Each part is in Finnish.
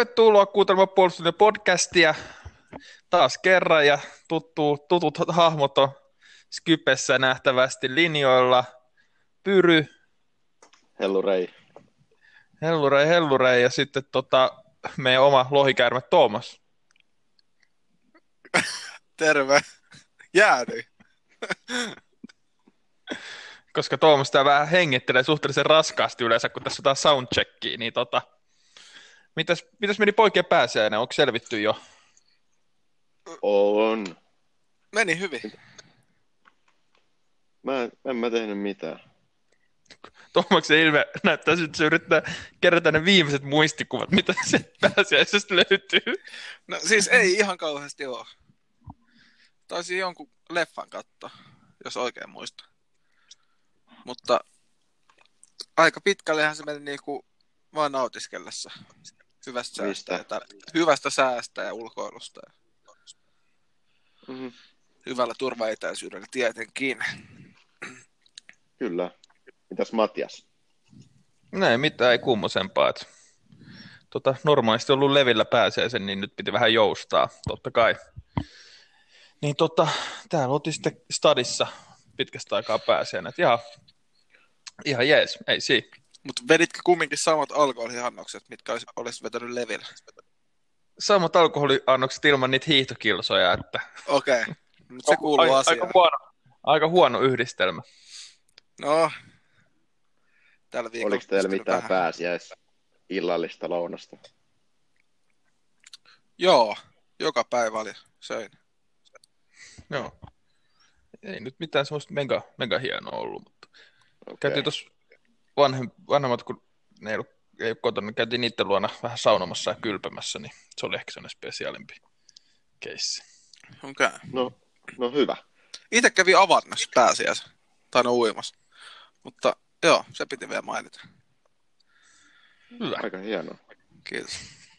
Tervetuloa kuuntelemaan Puolustuslinjan podcastia taas kerran ja tutut hahmot on Skypessä nähtävästi linjoilla. Pyry, Hellurei. hellurei ja sitten meidän oma lohikäärme Tuomas. Terve. Jäädy. Koska Tuomas tää vähän hengittelee suhteellisen raskaasti yleensä, kun tässä on taas soundcheckia, niin mitäs meni poikien pääsiäinen? Onko selvitty jo? On. Meni hyvin. En mä tehnyt mitään. Tuomaksen ilme näyttää siltä, että se yrittää kerätä ne viimeiset muistikuvat, mitä se pääsiäisestä löytyy. No siis ei ihan kauheasti oo. Taisin jonkun leffan katsoa, jos oikein muistan. Mutta aika pitkällehän se meni niinku vaan nautiskellessa. Hyvästä säästä ja ulkoilusta. Mm-hmm. Hyvällä turvaetäisyydellä tietenkin. Kyllä. Mitäs Matias? Ei mitään, ei kummosempaa. Normaalisti ollut levillä pääsiäisen, niin nyt piti vähän joustaa, totta kai. Niin täällä oltiin sitten stadissa pitkästä aikaa pääsiäinen, että ihan jees, ei siinä. Mutta veditkö kumminkin samat alkoholihannokset, mitkä olisi vetänyt levillä? Samat alkoholiannokset ilman niitä hiihtokilsoja, että... Okei, mutta se kuuluu asiaan. Aika huono yhdistelmä. No, tällä viikolla... Oliko teillä mitään illallista lounasta? Joo, joka päivä oli söin. Joo. Ei nyt mitään semmoista mega hienoa ollut, mutta käytiin tuossa vanhemmat, kun ne ei ole kotona, niin käytiin niiden luona vähän saunomassa ja kylpemässä, niin se oli ehkä sellainen spesiaalimpi keissi. Okei. No hyvä. Itse kävin avannassa pääsiäisen, tai uimassa, mutta joo, se piti vielä mainita. Hyvä. Aika hienoa. Kiitos.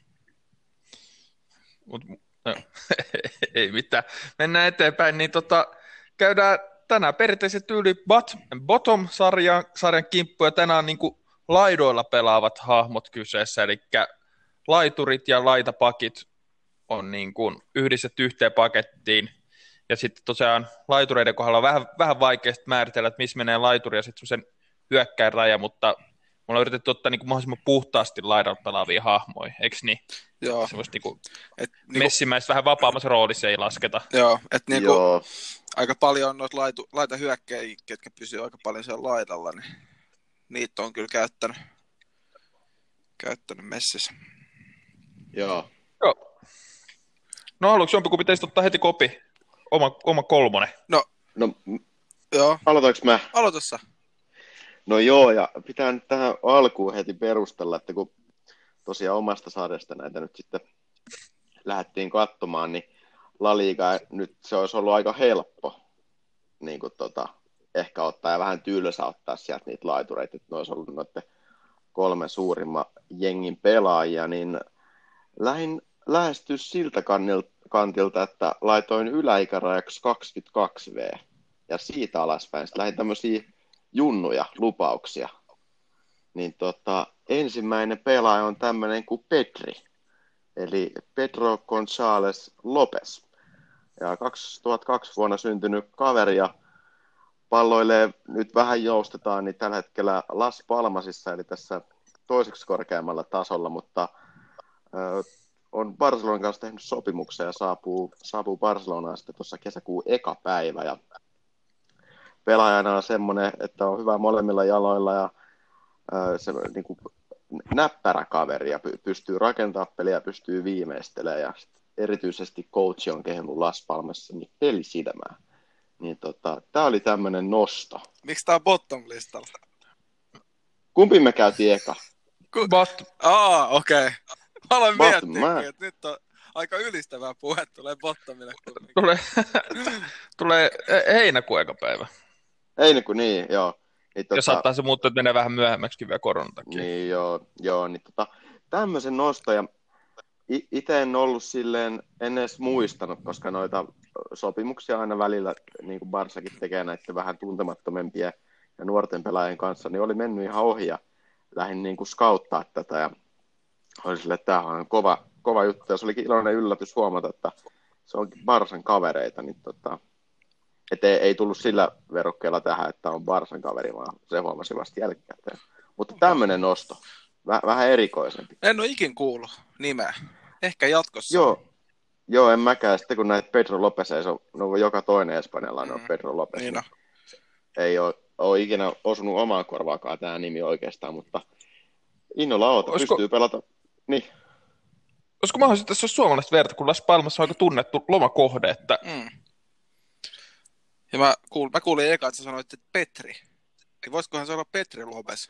Ei mitään. Mennään eteenpäin, niin käydään tänään perinteisen tyyli Bottom-sarjan kimppu, ja tänään on niin kuin laidoilla pelaavat hahmot kyseessä, eli laiturit ja laitapakit on niin kuin yhdistetty yhteen pakettiin, ja sitten tosiaan laitureiden kohdalla on vähän vaikeasti määritellä, että missä menee laituri ja sitten semmoisen hyökkäin raja, mutta mulla on yritetty ottaa niin kuin mahdollisimman puhtaasti laidalla pelaavia hahmoja, eikö niin? Joo. Semmoista niin kuin messimäistä vähän vapaammassa roolissa ei lasketa. Joo, että niin aika paljon on noita laitahyökkäjiä, ketkä pysyy aika paljon siellä laidalla, niin niitä on kyllä käyttänyt messissä. Joo. No haluatko jompikumpi teistä ottaa heti kopi? Oma kolmonen. No, joo. Aloitaks mä? Aloita sä. No joo, ja pitää nyt tähän alkuun heti perustella, että kun tosiaan omasta sarjasta näitä nyt sitten lähdettiin katsomaan, niin La Liga nyt se olisi ollut aika helppo niin kuin ehkä ottaa ja vähän tylsä ottaa sieltä niitä laitureita, että ne olisi ollut noiden 3 suurimman jengin pelaajia, niin lähdin lähestyä siltä kantilta, että laitoin yläikärajaksi 22V ja siitä alaspäin sitten lähdin tämmöisiä junnuja, lupauksia. Niin ensimmäinen pelaaja on tämmöinen kuin Pedri, eli Pedro González Lopez. Ja 2002 vuonna syntynyt kaveri ja palloilee, nyt vähän joustetaan, niin tällä hetkellä Las Palmasissa, eli tässä toiseksi korkeammalla tasolla, mutta on Barcelonan kanssa tehnyt sopimuksen ja saapuu Barcelonaan sitten tuossa kesäkuun eka päivä. Ja pelaajana on semmoinen, että on hyvä molemmilla jaloilla ja se niin kuin näppärä kaveri ja pystyy rakentamaan peliä ja pystyy viimeistelemään. Ja erityisesti coach on kehunut Las Palmassa niin pelisilmää. Niin tää oli tämmönen nosto. Miksi tää on bottom-listalla? Kumpi me käytiin eka? Okei. Mä aloin miettiä, että nyt on aika ylistävää puhe, tulee bottomille. Tulee heinäkuun eka päivä. Heinäkuun, niin, joo. Niin, ja saattaa se muuttua, että menee vähän myöhemmäksikin vielä koronan takia. Niin, joo niin tämmöisen nostoja itse en ollut silleen, en edes muistanut, koska noita sopimuksia aina välillä, niin kuin Barsakin tekee näiden vähän tuntemattomempia ja nuorten pelaajien kanssa, niin oli mennyt ihan ohi ja lähdin niin kuin scouttaa tätä. Ja oli silleen, että tämähän on kova juttu, ja se olikin iloinen yllätys huomata, että se onkin Barsan kavereita, niin että ei tullut sillä verukkeella tähän, että on Barsan kaveri, vaan se huomasi vasta jälkikäteen. Mutta tämmöinen nosto, vähän erikoisempi. En ole ikin kuullut nimeä. Ehkä jatkossa. Joo, en mäkään. Sitten kun näitä Pedro Lopezeja, no joka toinen espanjalainen on Pedro Lopez. Niin on. Ei ole ikinä osunut omaan korvaakaan tämä nimi oikeastaan, mutta innolla pystyy pelata. Niin. Olisiko mahdollista tässä olisi suomalaista verta, kun Las Palmas on aika tunnettu lomakohde, että... Ja mä kuulin eka, että sä sanoit, että Petri. Niin voisikohan se olla Petri Lopez?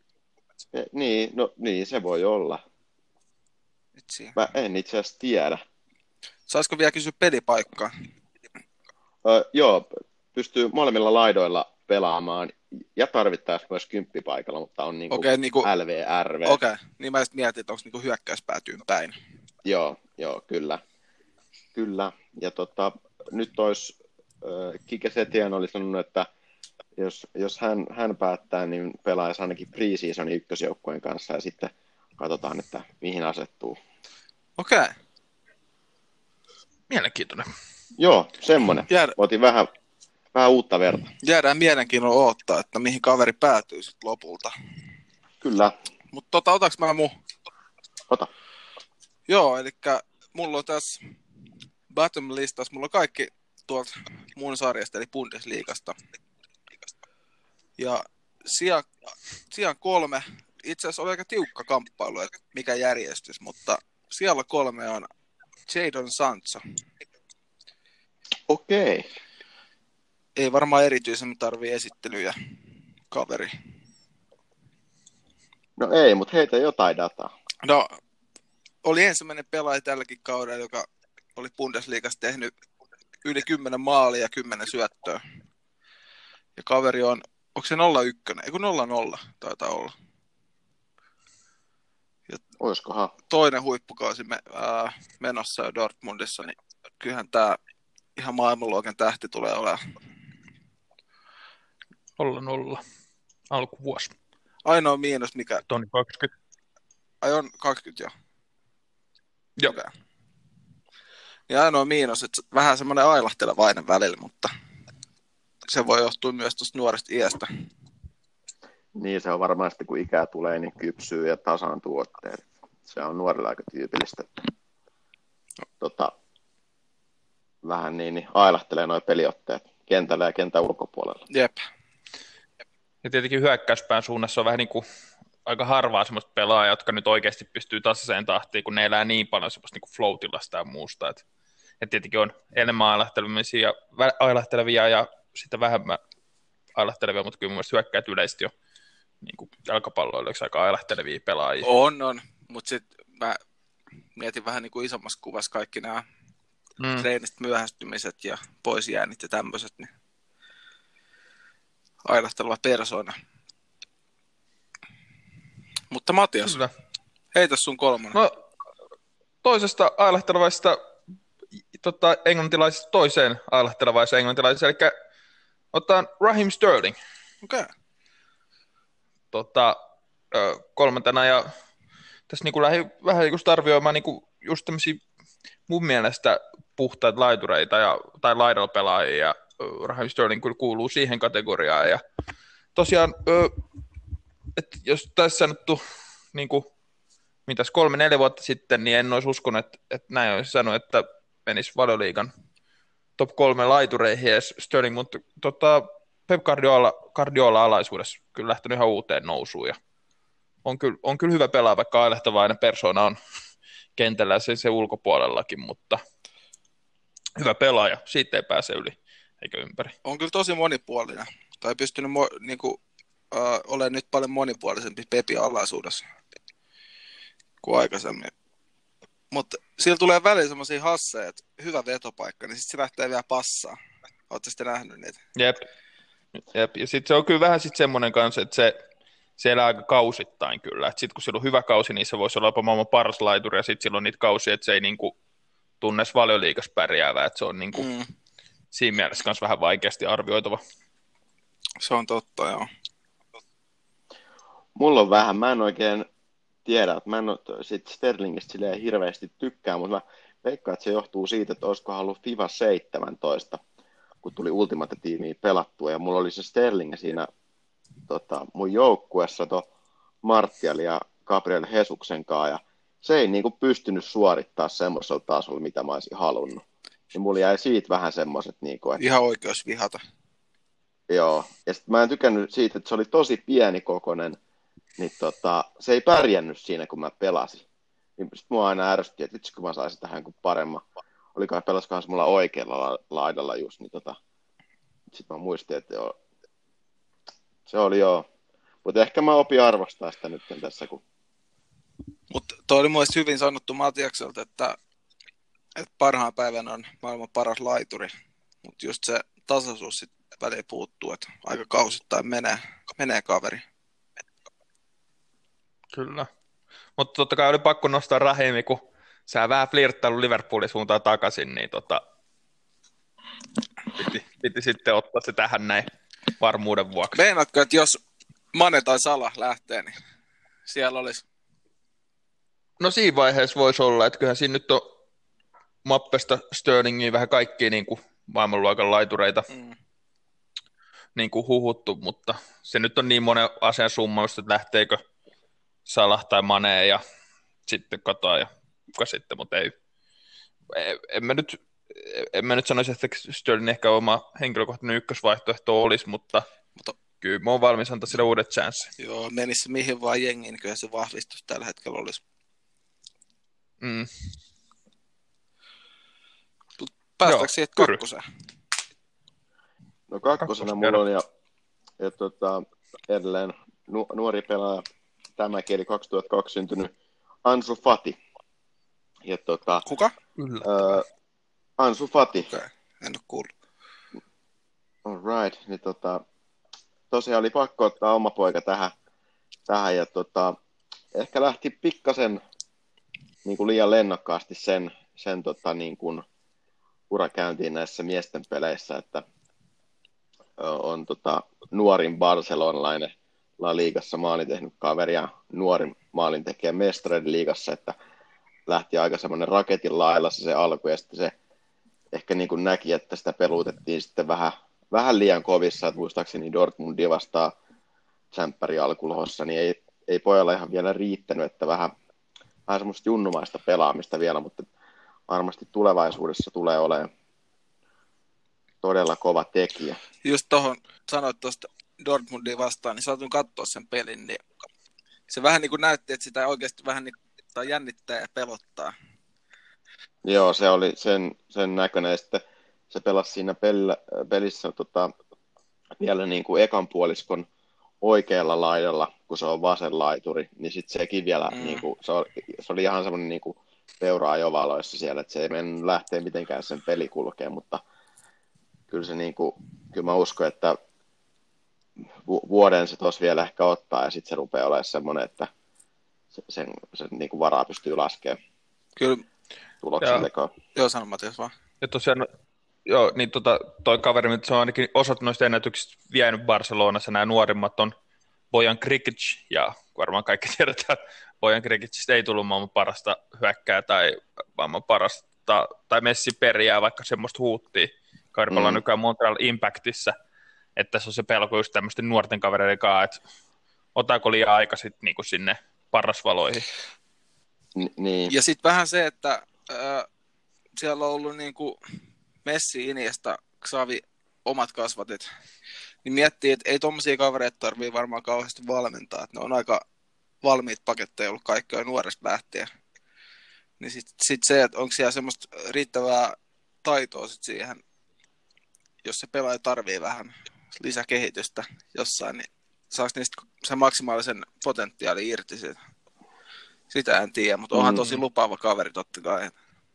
Niin, se voi olla. Itse. Mä en itse asiassa tiedä. Saisiko vielä kysyä pelipaikkaa? Joo, pystyy molemmilla laidoilla pelaamaan ja tarvittaessa myös kymppipaikalla, mutta on niinku LVRV. Okei, niin mä sitten mietin, että onko niinku hyökkäyspäätyyn päin. Joo, kyllä. Ja nyt olisi Kike Setien oli sanonut, että jos hän päättää, niin pelaisi ainakin pre-seasonin ykkösjoukkueen kanssa ja sitten katsotaan, että mihin asettuu. Okei. Mielenkiintoinen. Joo, semmoinen. Otin vähän uutta verta. Jäädään mielenkiinnolla odottaa, että mihin kaveri päätyy sitten lopulta. Kyllä. Mutta otaks mä mun? Ota. Joo, eli mulla on tässä bottom-listassa, mulla on kaikki tuolta mun sarjasta, eli Bundesliigasta. Ja sijaan 3, itse asiassa oli aika tiukka kamppailu, että mikä järjestys, mutta siellä 3 on Jadon Sancho. Okei. Ei varmaan erityisemmin tarvii esittelyjä, kaveri. No ei, mutta heitä jotain dataa. No, oli ensimmäinen pelaaja tälläkin kaudella, joka oli Bundesliigassa tehnyt yli 10 maalia ja 10 syöttöä. Ja kaveri on, onko se 0-1? Eiku 0-0 taitaa olla. Ja oiskohan? Toinen huippukausi menossa jo Dortmundissa, niin kyllähän tämä ihan maailmanluokan tähti tulee olemaan. 0-0 alkuvuosi. Ainoa miinus, mikä... Toni 20. Ai on 20 jo? Joo. Okay. Ja ainoa miinus, että vähän semmoinen ailahtelevainen välillä, mutta se voi johtua myös tuosta nuoresta iästä. Niin, se on varmaan sitten, kun ikää tulee, niin kypsyy ja tasaantuu otteet. Se on nuorilla aika tyypillistä. Vähän niin ailahtelee nuo peliotteet kentällä ja kentän ulkopuolella. Jep. Ja tietenkin hyökkäyspään suunnassa on vähän niin kuin aika harvaa semmoista pelaajaa, jotka nyt oikeasti pystyy tasaiseen tahtiin, kun ne elää niin paljon semmoista niin kuin floatilasta ja muusta. Et tietenkin on enemmän ailahtelevia ja sitten vähemmän ailahtelevia, mutta kyllä mun mielestä hyökkäät yleisesti on niin kuin jalkapalloilijoiksi aika ailahtelevia pelaajia. On, mutta sitten mä mietin vähän niin kuin isommassa kuvassa kaikki nämä treenistä myöhästymiset ja poisjäänit ja tämmöiset, niin ailahteleva persoona. Mutta Matias, Kyllä. heitä sun 3. No, toisesta ailahtelevaisesta englantilaisesta toiseen ailahtelevaiseen englantilaiseen, eli otetaan Raheem Sterling. Okei. Kolmantena, ja tässä niin lähdin vähän just arvioimaan niin just tämmöisiä mun mielestä puhtaita laitureita tai laidalla pelaajia, ja Raheem Sterling kyllä kuuluu siihen kategoriaan, ja tosiaan, että jos tässä sanottu niin kuin, mitäs 3-4 vuotta sitten, niin en olisi uskonut, että näin olisi sanonut, että menisi Valioliigan top 3 laitureihin edes Sterling, mutta Pep Guardiola alaisuudessa kyllä lähtenyt ihan uuteen nousuun, ja on kyllä hyvä pelaa, vaikka ailehtavainen persona on kentällä se ulkopuolellakin, mutta hyvä pelaaja, siitä ei pääse yli eikä ympäri. On kyllä tosi monipuolinen, tai pystynyt olemaan nyt paljon monipuolisempi Pepin alaisuudessa kuin aikaisemmin. Mutta sillä tulee välillä semmoisia hasseja, että hyvä vetopaikka, niin sitten se lähtee vielä passaa. Oletteko sitten nähnyt niitä? Jep. Ja sitten se on kyllä vähän sitten semmoinen kanssa, että se elää aika kausittain kyllä. Sitten kun sillä on hyvä kausi, niin se voisi olla jopa maailman paras laituri, ja sitten sillä on niitä kausia, että se ei niinku tunne Valioliigassa pärjäävää, että se on niinku siinä mielessä myös vähän vaikeasti arvioitava. Se on totta, joo. Mulla on vähän, mä en oikein tiedä, että mä en ole siitä Sterlingistä silleen hirveästi tykkää, mutta mä veikkaan, että se johtuu siitä, että olisiko ollut FIFA 17, kun tuli Ultimate-tiimiin pelattua, ja mulla oli se Sterling siinä mun joukkuessa Martial ja Gabriel Hesuksen kanssa, ja se ei niinku pystynyt suorittaa semmoisella tasolla, mitä mä olisin halunnut. Ja mulla jäi siitä vähän semmoiset, niinku, että Ihan oikeus vihata. joo, ja sitten mä en tykännyt siitä, että se oli tosi pienikokoinen, niin se ei pärjännyt siinä, kun mä pelasin. Niin sit mua aina ärsytti, että vitsi kun mä saisin tähän kuin paremman. Olikohan pelaskohan se mulla oikealla laidalla just, niin sit mä muistin, että joo, se oli joo. Mutta ehkä mä opin arvostaa sitä nyt tässä, kun Mutta toi oli mun hyvin sanottu Matiakselta, että parhaan päivän on maailman paras laituri. Mutta just se tasaisuus sitten väliin puuttuu, että aika kausittain menee kaveri. Kyllä. Mutta totta kai oli pakko nostaa Rahimi, kun sä vähän flirttailu Liverpoolin suuntaan takaisin, niin piti sitten ottaa se tähän näin varmuuden vuoksi. Meinaatko, että jos Mane tai Salah lähtee, niin siellä olisi... No siinä vaiheessa voisi olla, että kyllähän siinä nyt on Mappesta Sterlingiin vähän kaikkia niin kuin maailmanluokan laitureita niin kuin huhuttu, mutta se nyt on niin monen asian summaus, että lähteekö Salah tai Mane ja sitten katoa ja kuka sitten, mutta en mä nyt sanoisi, että Sterling ehkä oma henkilökohtainen ykkösvaihtoehto olisi, mutta kyllä mä oon valmis antaa sille uudet chanssi. Joo, menisi mihin vaan jengiin, niin kyllä se vahvistus tällä hetkellä olisi. Päästäänkö siihen kakkoseen? No kakkosena mulla on ja edelleen nuori pelaaja, tämäkin eli 2002 syntynyt Ansu Fati. Ja Kuka? Ansu Fati. Okay. En ole kuullut. All right. Niin tosiaan oli pakko ottaa oma poika tähän ja ehkä lähti pikkasen niin kuin liian lennokkaasti sen niin kuin urakäyntiin näissä miesten peleissä, että on nuorin barcelonalainen La Ligassa maalin tehnyt kaveri ja nuorin maalin tekijä Mestre liigassa, että lähti aika semmoinen raketin lailla se alku ja sitten se ehkä niin kuin näki, että sitä peluutettiin sitten vähän liian kovissa, että muistaakseni Dortmundia vastaan tsemppäri alkulohossa, niin ei pojalla ihan vielä riittänyt, että vähän semmoista junnumaista pelaamista vielä, mutta varmasti tulevaisuudessa tulee olemaan todella kova tekijä. Just tuohon sanoit tuosta Dortmundia vastaan, niin saatun katsoa sen pelin, niin se vähän niin kuin näytti, että sitä oikeasti vähän niin kuin jännittää ja pelottaa. Joo, se oli sen näköinen, ja sitten se pelasi siinä pelissä vielä niin kuin ekan puoliskon oikealla laidalla, kun se on vasen laituri, niin sitten sekin vielä, niin kuin, se oli ihan semmoinen niin kuin peura ajovaloissa siellä, että se ei mennyt lähteä mitenkään sen peli kulkee, mutta kyllä se niin kuin, kyllä mä uskon, että vuoden se tuossa vielä ehkä ottaa, ja sitten se rupeaa olemaan semmoinen, että sen niin kuin varaa pystyy laskemaan. Kyllä. Tuloksellekaan. Joo, sano Matias vaan. Ja tosiaan, joo, niin toi kaveri, mitä se on ainakin osat noista ennätyksistä vienyt Barcelonassa, nämä nuorimmat on Bojan Krikic, ja varmaan kaikki tiedetään, että Bojan Krikicistä ei tullut maailman parasta hyökkää tai maailman parasta, tai Messi periää, vaikka semmoista huuttia. Kaveri ollaan nykyään Montreal Impactissa, että se on se pelko just tämmöisten nuorten kavereiden kanssa, että otaako liian aika sitten niin sinne parrasvaloihin. Niin. Ja sitten vähän se, että siellä on ollut niin kuin Messi, Iniesta, Xavi, omat kasvatit, niin miettii, että ei tommosia kavereita tarvii varmaan kauheasti valmentaa, että ne on aika valmiit paketteja ollut kaikkea nuoresta lähtien. Niin sit se, että onko siellä semmoista riittävää taitoa sit siihen, jos se pelaaja tarvii vähän lisäkehitystä jossain, niin saako niistä se maksimaalisen potentiaali irti siitä? Sitä en tiedä, mutta onhan tosi lupaava kaveri totta kai.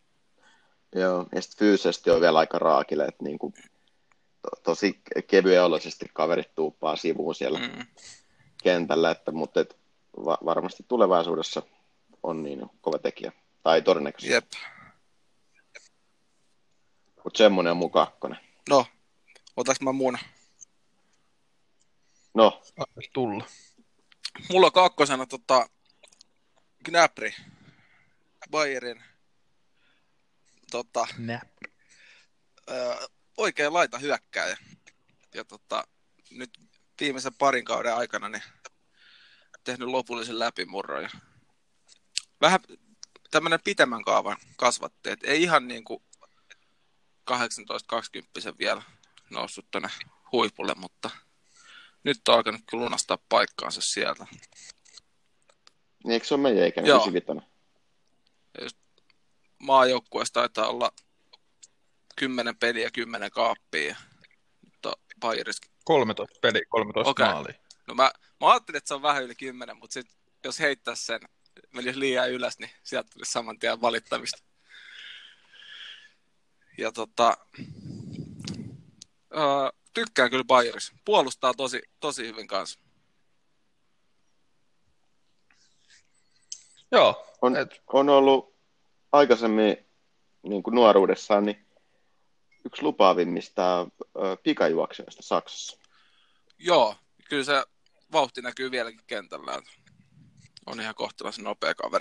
Joo, ja sitten fyysisesti on vielä aika raakille, että niinku, tosi kevyoloisesti kaverit tuuppaa sivuun siellä kentällä, mutta varmasti tulevaisuudessa on niin kova tekijä, tai todennäköisesti. Jep. Mutta semmoinen on mun kakkonen. No, otaks mä mun? No. Tulla. Mulla on kakkosena Gnabry, Bayerin oikein laita hyökkääjä. Ja nyt viimeisen parin kauden aikana niin tehnyt lopullisen läpimurron. Ja vähän tämmöinen pitemmän kaavan kasvatti, että ei ihan niin kuin 18-20 vielä noussut tuonne huipulle, mutta nyt on alkanut kyllä lunastaa paikkaansa sieltä. Niin eikö se ole meidän ikäinen 95? Maajoukkueessa taitaa olla 10 peliä, 10 kaappia. Mutta Bayeriskin 13 peli, 13 maalia. No mä ajattelin, että se on vähän yli 10, mutta sit, jos heittäisi sen, menisi liian ylös, niin sieltä tulisi saman tien valittamista. Ja tykkään kyllä Bayeris. Puolustaa tosi hyvin kanssa. Joo. On ollut aikaisemmin niin kuin nuoruudessaan niin yksi lupaavimmista pikajuoksijoista Saksassa. Joo, kyllä se vauhti näkyy vieläkin kentällä. On ihan kohtalaisen nopea kaveri.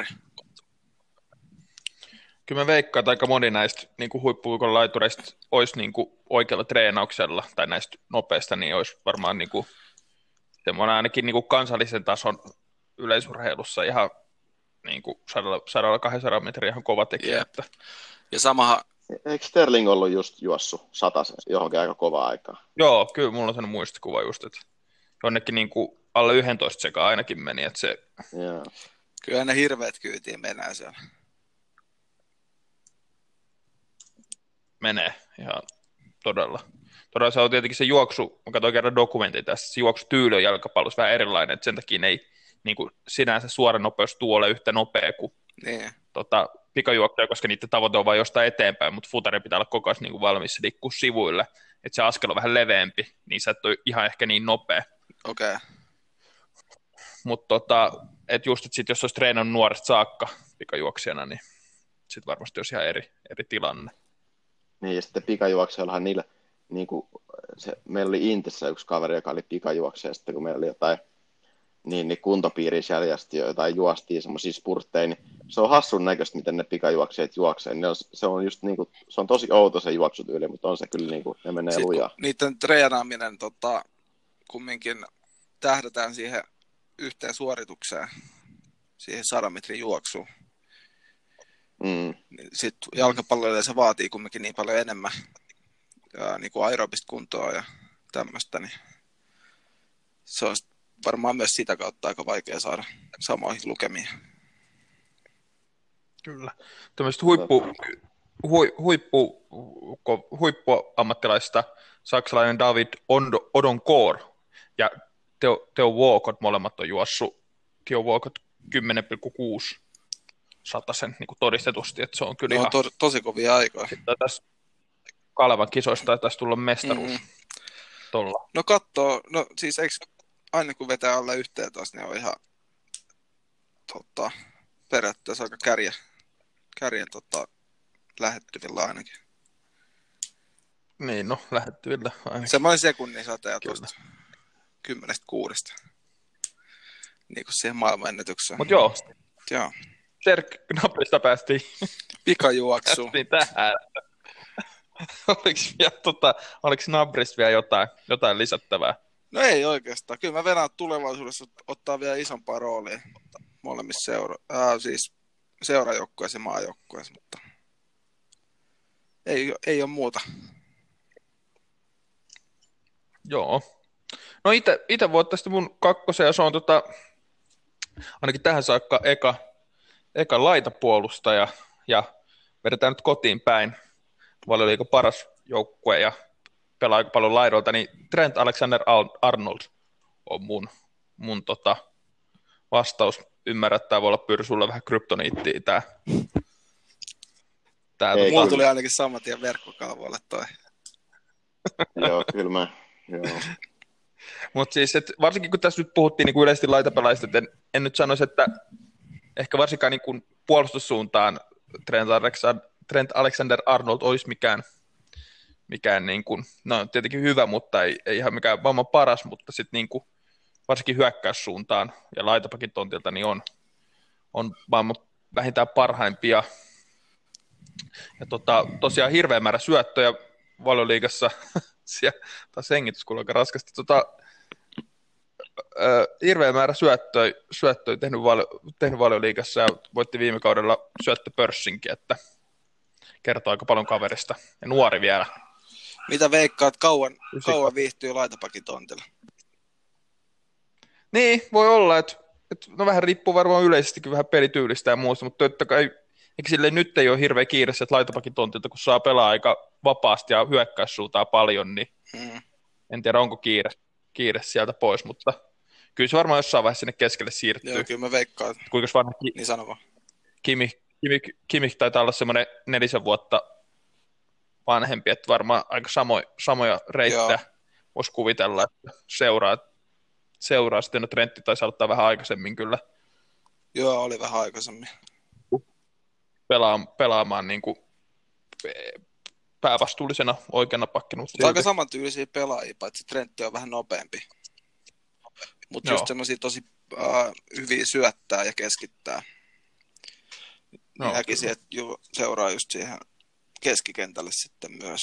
Kyllä mä veikkaan, että aika moni näistä niin huippuviikon laitureista olisi niin kuin oikealla treenauksella, tai näistä nopeista, niin olisi varmaan niin kuin, semmoinen ainakin niin kuin kansallisen tason yleisurheilussa ihan niin kuin 100-200 metriä ihan kova tekijä. Että... Ja samahan... Eikö Sterling ollut just juossut 100 johonkin aika kovaa aikaa? Joo, kyllä mulla on sellainen muistikuva just, että jonnekin niin kuin alle 11 sekaan ainakin meni, että se... Yeah. Kyllä ne hirveät kyytiin menee siellä. Menee ihan todella. Todella se on tietenkin se juoksu, mä katsoin kerran dokumentin tästä, se juoksutyyli on jalkapallossa vähän erilainen, että sen takia ei niin kuin sinänsä suora nopeus ole yhtä nopea kuin pikajuoksuja, koska niiden tavoite on vain jostain eteenpäin, mutta futari pitää olla koko ajan niin kuin valmis liikkua sivuille, että se askel on vähän leveämpi, niin sä et ole ihan ehkä niin nopea. Okei. Okay. Mutta että just, että sit, jos olisi treenannut nuoresta saakka pikajuoksijana, niin sitten varmasti olisi ihan eri tilanne. Niin, ja sitten pikajuoksijoillahan niillä, niin kuin meillä oli Intessä yksi kaveri, joka oli pikajuoksija, ja sitten kun meillä oli jotain niin kuntopiirissä järjesti jotain juostiin semmoisia spurtteja, niin se on hassun näköistä, miten ne pikajuoksijat juoksee. Se on just niin kuin, se on tosi outo se juoksutyyli, mutta on se kyllä niin kuin, ne menee sitten, lujaa. Niiden treenaaminen kumminkin tähdätään siihen yhteen suoritukseen, siihen 100 metrin juoksuun. Sitten jalkapalloilla se vaatii kumminkin niin paljon enemmän niin kuin aerobista kuntoa ja tämmöistä, niin se on varmaan myös sitä kautta aika vaikea saada samoihin lukemiin. Kyllä. Tämmöistä huippuammattilaisista saksalainen David Odonkor ja Theo Walcott molemmat on juossut. Theo Walcott 10,6 satasen niin kuin todistetusti, että se on kyllä ihan... tosi kovia aikoja. Sitten tässä Kalevan kisoista taisi tulla mestaruus tuolla. No kattoo, no siis eikö aina kun vetää alle 11, niin on ihan periaatteessa aika kärjen lähettyvillä ainakin. Niin, no lähettyvillä ainakin. Semmoinen sekunnin sateen tuosta 10-6. Niin kuin siihen maailmanennätykseen. Mutta joo. Joo. Naprista päästiin. Pikajuoksuun. Päästiin tähän. Oliko Nabrista vielä jotain lisättävää? No ei oikeastaan. Kyllä mä venään tulevaisuudessa ottaa vielä isompaa roolia molemmissa seurajoukkueissa ja maajoukkueissa, mutta ei ole muuta. Joo. No itse voittaisi mun kakkosen, ja se on ainakin tähän saakka eka laitapuolustaja, ja vedetään nyt kotiin päin. Valioliigan paras joukkue ja pelaa aika paljon laidoilta, niin Trent Alexander-Arnold on mun vastaus. Ymmärrät, että tämä voi olla Pyrsulle vähän kryptoniittia tää. Mulla tuli ainakin saman tien verkkokalvoille toi. Joo, kyllä mä. Mutta siis, varsinkin kun tässä nyt puhuttiin niin yleisesti laitapelaista, en nyt sanoisi, että ehkä varsinkaan niin puolustussuuntaan Trent Alexander-Arnold olisi mikään niin kuin, no tietenkin hyvä, mutta ei ihan mikään maailman paras, mutta sitten niin kuin, varsinkin hyökkäyssuuntaan ja laitapakin tontilta niin on on maailman vähintään parhaimpia. Ja tosiaan hirveä määrä syöttöjä Valioliigassa. Taas hengitys kuuluu aika raskasti. Hirveä määrä syöttöjä tehnyt Valioliigassa ja voitti viime kaudella syöttöpörssinkin, että kertoo aika paljon kaverista. Ja nuori vielä. Mitä veikkaat, kauan viihtyy laitapakin tontilla? Niin, voi olla, että no vähän riippuu varmaan yleisestikin vähän pelityylistä ja muusta, mutta totta kai eikä silleen nyt ei ole hirveä kiire että laitapakin tontilta, kun saa pelaa aika vapaasti ja hyökkäyssuuntaa paljon, niin en tiedä onko kiire sieltä pois, mutta kyllä se varmaan jossain vaiheessa sinne keskelle siirtyy. Joo, kyllä mä veikkaan. Kuinka vanha niin sano vaan. Kimmich taitaa olla semmoinen 4 vuotta vanhempi, että varmaan aika samoja reittejä voisi kuvitella, että seuraa sitten, no Trentti taisi aloittaa vähän aikaisemmin kyllä. Joo, oli vähän aikaisemmin. Pelaamaan niin kuin päävastuullisena oikeana pakkina. Mutta aika samantyylisiä pelaajia, paitsi Trentti on vähän nopeampi. Mutta just semmoisia tosi hyviä syöttää ja keskittää. Näkisin, että seuraa just siihen keskikentälle sitten myös.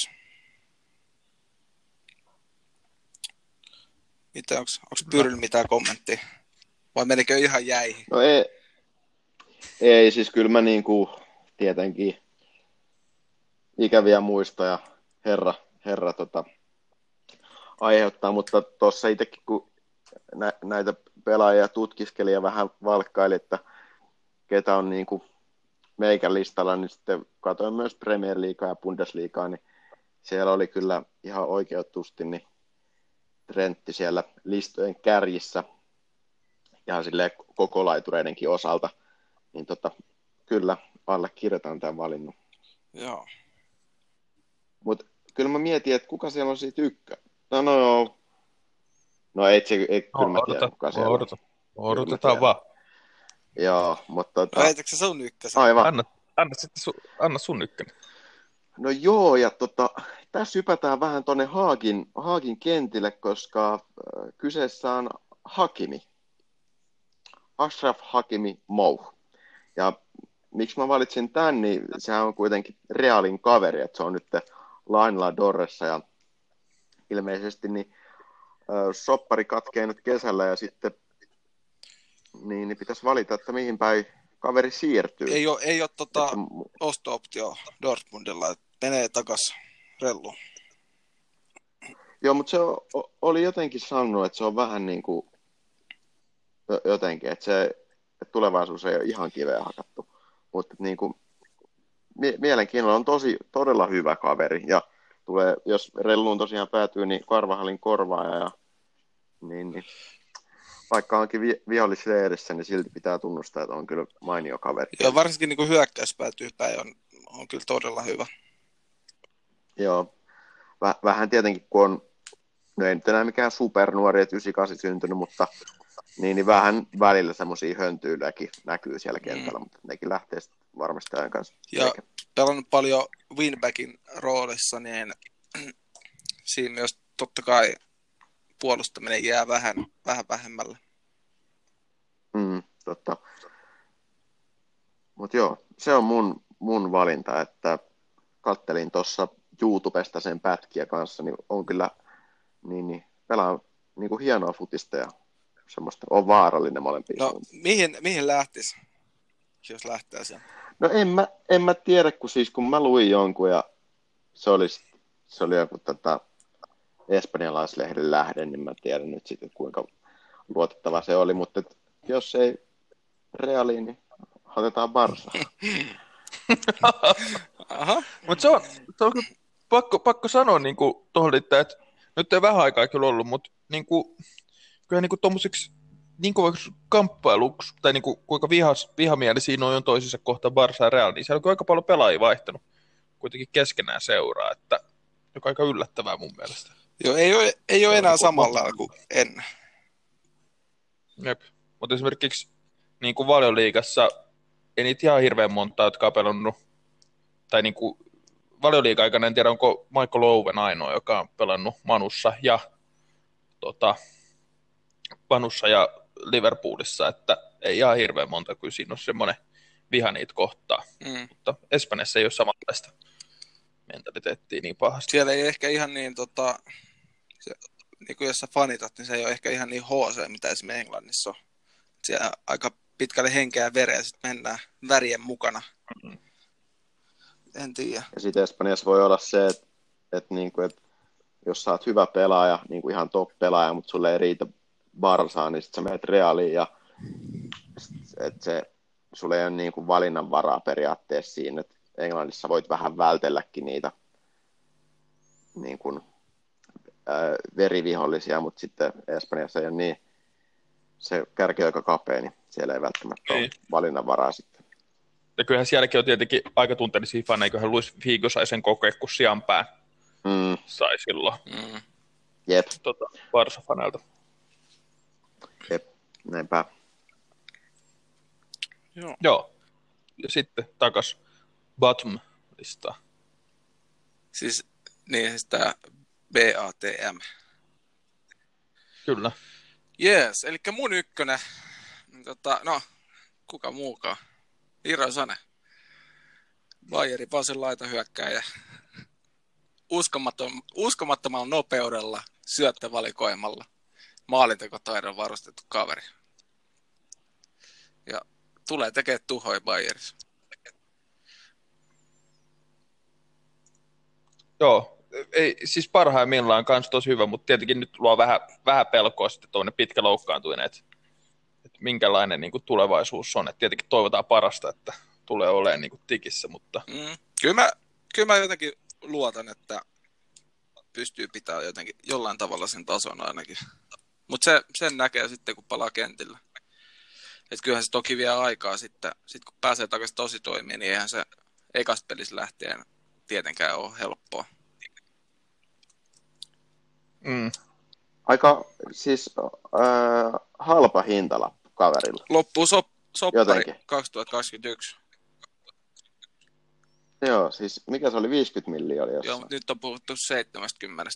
Onko Pyrl mitään kommenttia? Vai menikö ihan jäihin? No ei siis kyllä mä niinku tietenkin ikäviä muistoja herra aiheuttaa, mutta tuossa itsekin kun näitä pelaajia tutkiskeli ja vähän valkkaili, että ketä on niinku meikän listalla, niin sitten katsoin myös Premier Leaguea ja Bundesliigaa, niin siellä oli kyllä ihan oikeutusti niin Trentti siellä listojen kärjissä ihan silleen koko laitureidenkin osalta, niin kyllä allekirjoitan tämän valinnut. Joo. Mutta kyllä mä mietin, että kuka siellä on siitä No ei kyllä mä tiedä, kuka siellä on. Odotetaan vaan. Joo, mutta Väitätkö se sun ykkösen? Aivan. Anna sun ykkönen. No joo, ja tässä hypätään vähän tuonne Haagin kentille, koska kyseessä on Hakimi. Ashraf Hakimi Mouh. Ja miksi mä valitsin tämän, niin sehän on kuitenkin Realin kaveri, että se on nyt lainalla Dorressa, ja ilmeisesti niin soppari katkee nyt kesällä, ja sitten niin pitäisi valita, että mihin päin kaveri siirtyy. Ei ole osto-optio Dortmundilla, että menee takas relluun. Joo, mutta se oli jotenkin sanonut, että se on vähän niin kuin jotenkin, että tulevaisuus ei ole ihan kiveä hakattu. Mutta niin kuin, mielenkiinnolla on todella hyvä kaveri. Ja jos relluun tosiaan päätyy, niin Karvahallin korvaaja. Ja, niin, vaikka onkin vihollisleirissä, niin silti pitää tunnustaa, että on kyllä mainio kaveri. Joo, varsinkin niin kuin hyökkäys päätyy päin on kyllä todella hyvä. Joo, vähän tietenkin, kun on, no ei nyt enää mikään supernuori, että 98 syntynyt, mutta niin vähän välillä semmoisia höntyilyäkin näkyy siellä kentällä, mutta nekin lähtee varmasti ajan kanssa. Ja pelannut paljon winbackin roolissa, niin siinä myös totta kai puolustaminen jää vähän vähemmälle. Totta. Mutta joo, se on mun valinta, että kattelin tuossa YouTubesta sen pätkiä kanssa, niin on kyllä niin pelaa niin kuin hienoa futista ja semmoista on vaarallinen molempiin. No mihin lähtisi, jos lähtee sen? No en mä tiedä, kun mä luin jonkun ja se oli joku espanjalaislehden lähde, niin mä tiedän nyt sitten kuinka luotettava se oli, mutta jos ei Realiin, niin otetaan Barsa. Mutta se on pakko sanoa niin tuohon, että nyt ei vähän aikaa kyllä ollut, mutta kyllä tuommoiseksi niin kovaksi kamppailuksi, tai kuinka vihamielisiä noin on toisensa kohtaan Barsa ja Real, niin siellä on aika paljon pelaajia vaihtanut kuitenkin keskenään seuraa, että joka on aika yllättävää mun mielestä. Joo, ei ole enää samalla kuin ennen. Jep, mutta esimerkiksi niin kuin Valioliigassa ei niitä ihan hirveän montaa, jotka on pelannut, tai niin kuin Valioliiga-aikana en tiedä, onko Michael Owen ainoa, joka on pelannut Manussa ja Liverpoolissa, että ei ihan hirveän monta, kun siinä on semmoinen viha niitä kohtaa. Mutta Espanjassa ei ole samanlaista mentaliteettia niin pahasti. Siellä ei ehkä ihan niin, niin kuin jos sä fanitat, niin se ei ole ehkä ihan niin HC, mitä esimerkiksi Englannissa on. Siellä aika pitkälle henkeä ja vereä, sitten mennään värien mukana. En tiedä. Ja sitten Espanjassa voi olla se, että niinku, et jos sä oot hyvä pelaaja, niinku ihan top-pelaaja, mutta sulle ei riitä Barsaan, niin sitten sä menet Realiin ja sulle ei ole niinku valinnanvaraa periaatteessa siinä, että Englannissa voit vähän vältelläkin niitä niinku, verivihollisia, mutta sitten Espanjassa ei ole niin, se kärki on aika kapea, niin siellä ei välttämättä ole valinnanvaraa sitten. Ja kyllähän sielläkin on tietenkin aika tunteellisia faneja, kyllähän Luis Figo sai sen kokea, kun Sianpää sai silloin Jep. Barça-faneilta. Jep, näinpä. Joo. Ja sitten takas bottom-listaan. Siis tämä BATM. Kyllä. Jees, eli mun ykkönen, no, kuka muukaan? Iro Sane. Bayerin Basel laitahyökkääjä. Uskomattomalla nopeudella, syöttövalikoimalla, maalintekotaidon varustettu kaveri. Ja tulee tekemään tuhoja Bayerissa. Joo, ei, siis parhaimmillaan kans tosi hyvä, mutta tietenkin nyt luo vähän pelkoa sitten tuonne pitkä loukkaantuminen, että minkälainen niin kuin tulevaisuus on. Et tietenkin toivotaan parasta, että tulee olemaan niin kuin tikissä, mutta... Kyllä mä jotenkin luotan, että pystyy pitämään jotenkin jollain tavalla sen tason ainakin. Mutta sen näkee sitten, kun palaa kentillä. Et kyllähän se toki vie aikaa sitten kun pääsee takaisin tosi toimiin, niin eihän se ekasta pelissä lähtien tietenkään ole helppoa. Aika siis halpa hintalappu kaverilla. Loppuu soppari 2021. Joo, siis mikä se oli, 50 miljoonaa jossain? Joo, nyt on puhuttu 70.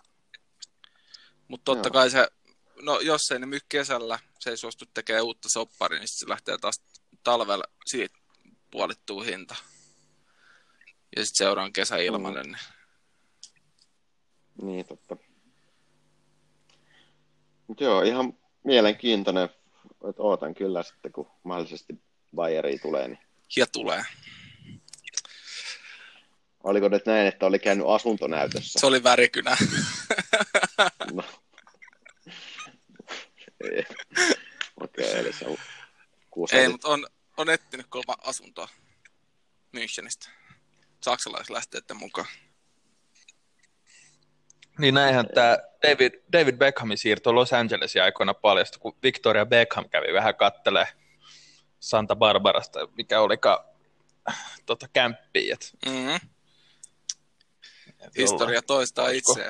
Mutta totta kai se, no jos ei ne myy kesällä, se ei suostu tekemään uutta sopparia, niin se lähtee taas talvella, siitä puolittuu hinta. Ja sitten seuraan kesä ilmanen. Niin, totta. Mut joo, ihan mielenkiintoinen, että ootan kyllä sitten, kun mahdollisesti Bayeriin tulee. Niin... Ja tulee. Oliko nyt näin, että oli käynyt asuntonäytössä? Se oli värikynä. No. Okei, eli se on ei, mutta on etsinyt 3 asuntoa Münchenistä. Saksalaislähteiden mukaan. Niin näinhän tämä David Beckhamin siirto Los Angelesin aikoina paljastui, kun Victoria Beckham kävi vähän kattelee Santa Barbarasta, mikä olikaan kämppiä. Historia toistaa itseään.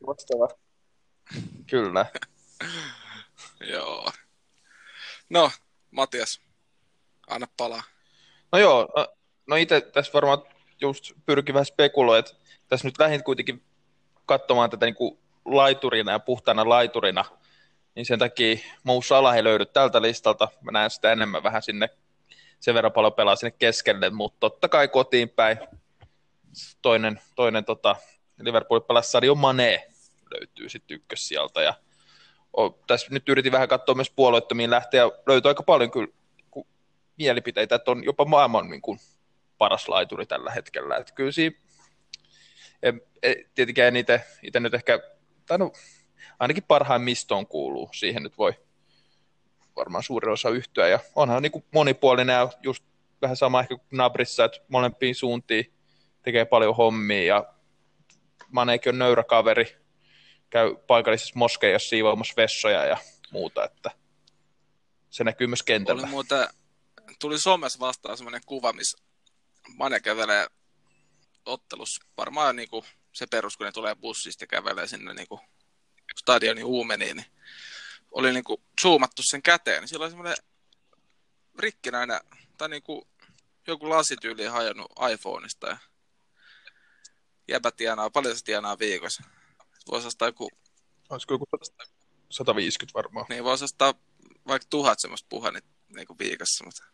Kyllä. Joo. No, Matias, anna palaa. No joo, no itse tässä varmaan just pyrki vähän spekuloida, että tässä nyt lähdin kuitenkin katsomaan tätä niin kuin laiturina ja puhtaana laiturina, niin sen takia Mo Salah ei löydy tältä listalta. Mä näen sitä enemmän vähän sinne, sen verran paljon pelaa sinne keskelle, mutta totta kai kotiin päin. Toinen Liverpool pelasi Sadio Mane löytyy sitten ykkössijalta. Ja tässä nyt yritin vähän katsoa myös puolueettomiin lähteä, ja löytyy aika paljon kyllä mielipiteitä, että on jopa maailman niin kuin paras laituri tällä hetkellä. Että kyllä siinä, tietenkään itse nyt ehkä, tai no, ainakin parhaimmistoon kuuluu, siihen nyt voi varmaan suurin osa yhtyä, ja onhan niin kuin monipuolinen ja just vähän sama ehkä kuin Nabrissa, että molempiin suuntiin tekee paljon hommia, ja Maneekin on nöyrä kaveri, käy paikallisessa moskeijassa siivoamassa vessoja ja muuta, että se näkyy myös kentällä. Tuli somessa vastaan semmoinen kuva, missä Mane kävelee ottelussa, varmaan niin kuin se perus, kun ne tulee bussista ja kävelee sinne niin kuin stadionin uumeniin, niin oli niin kuin zoomattu sen käteen, niin sillä oli semmoinen rikkinäinen, tai niin kuin joku lasityyli hajonnut iPhoneista, ja jäbä paljon se tienaa viikossa. Voisi ostaa joku... Olisiko joku 150 varmaan? Niin, voisi ostaa vaikka 1000 semmoista niinku viikossa, mutta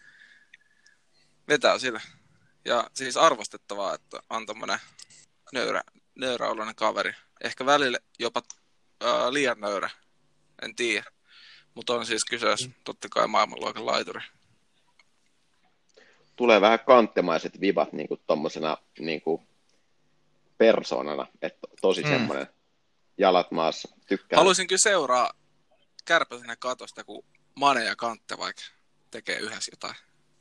vetää sillä. Ja siis arvostettavaa, että on tommonen nöyräoloinen kaveri. Ehkä välillä jopa liian nöyrä, en tiedä. Mutta on siis kyseessä totta kai maailmanluokan laituri. Tulee vähän kanttemaiset vibat niinku tommosena niinku persoonana, että tosi semmoinen jalat maassa, tykkää. Haluaisin kyllä seuraa Kärpäsenä katosta, kun Mane ja Kantte vaikka tekee yhdessä jotain.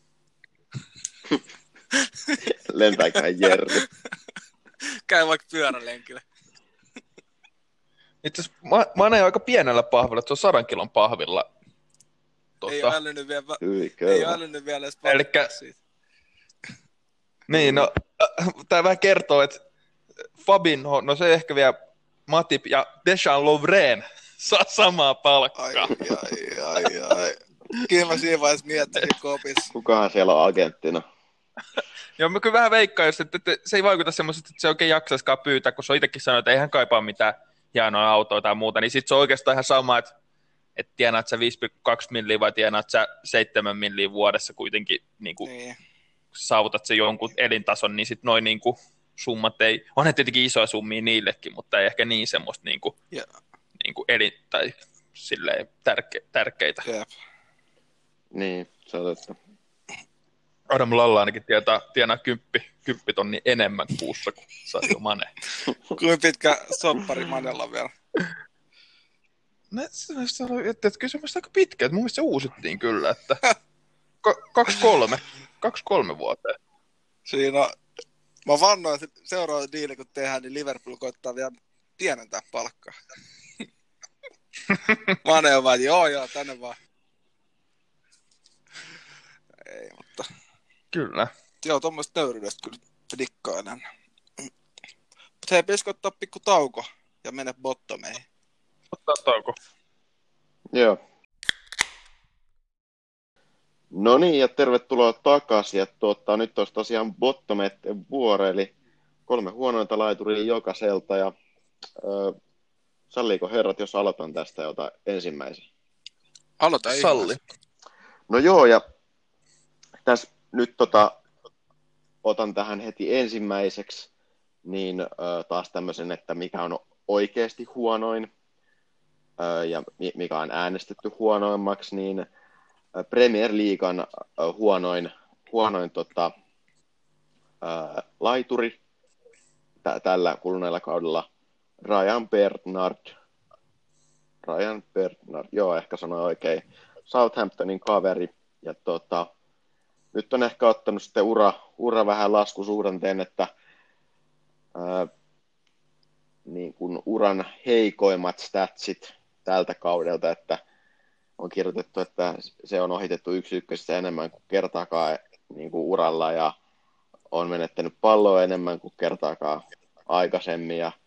Lentääköhän Jerry. Käy vaikka pyörälenkillä. Itse asiassa Mane on aika pienellä pahvilla, että se on 100 kilon pahvilla. Ei ole älynyt vielä, edes Elikkä siitä. Niin, no, tämä vähän kertoo, että Fabinho, no se ehkä vielä Matip ja Deschamps Lovren saa samaa palkkaa. Ai. Kyllä mä siinä vaiheessa miettisin kopissa. Kukahan siellä on agenttina? Joo, mä kyllä vähän veikkaan, että se ei vaikuta semmoisesti, että se oikein jaksaisikaan pyytää, kun se on itsekin sanonut, että ei hän kaipaa mitään hienoa autoa tai muuta, niin sitten se on oikeastaan ihan sama, että tienaat sä 5,2 milliä vai tienaat sä 7 milliä vuodessa kuitenkin niin. Saavutat se jonkun elintason, niin sitten noin niin summat ei, onhan tietenkin isoja summia niillekin, mutta ei ehkä niin semmoista niin kuin tai silleen tärkeitä. Jep. Niin, se on totta. Adam Lalla ainakin tienaa 10 tonnia enemmän kuussa kuin Sadio Mane. Kuinka pitkä soppari Manella vielä? No, että kyllä se on aika pitkä, että mun mielestä se uusittiin kyllä, että 2-3 vuoteen. Siinä on, mä vannoin, että seuraava diili kun tehdään, niin Liverpool koittaa vielä pienentää palkkaa. Mane on vaan, joo, tänne vaan. Ei, mutta... Kyllä. Joo, tuommoista nöyryydestä kyllä dikkaa enää. Mutta hei, pitäisikö ottaa pikku tauko ja mennä bottomeihin? Ottaa tauko. Joo. No niin, ja tervetuloa takaisin. Nyt olisi tosiaan bottomeiden vuoro, eli 3 huonointa laituria jokaiselta. Ja salliiko herrat, jos aloitan tästä jotain ensimmäisen? Aloita Salli. No joo, ja tässä nyt otan tähän heti ensimmäiseksi, niin taas tämmöisen, että mikä on oikeasti huonoin ja mikä on äänestetty huonoimmaksi, niin Premier Leaguean huonoin laituri tällä kuluneella kaudella Ryan Bernard, joo, ehkä sanoin oikein, Southamptonin kaveri, ja nyt on ehkä ottanut sitten ura vähän laskusuhdanteen, että niin kuin uran heikoimmat statsit tältä kaudelta, että on kirjoitettu, että se on ohitettu 1-1 enemmän kuin kertaakaan niin kuin uralla ja on menettänyt palloa enemmän kuin kertaakaan aikaisemmin ja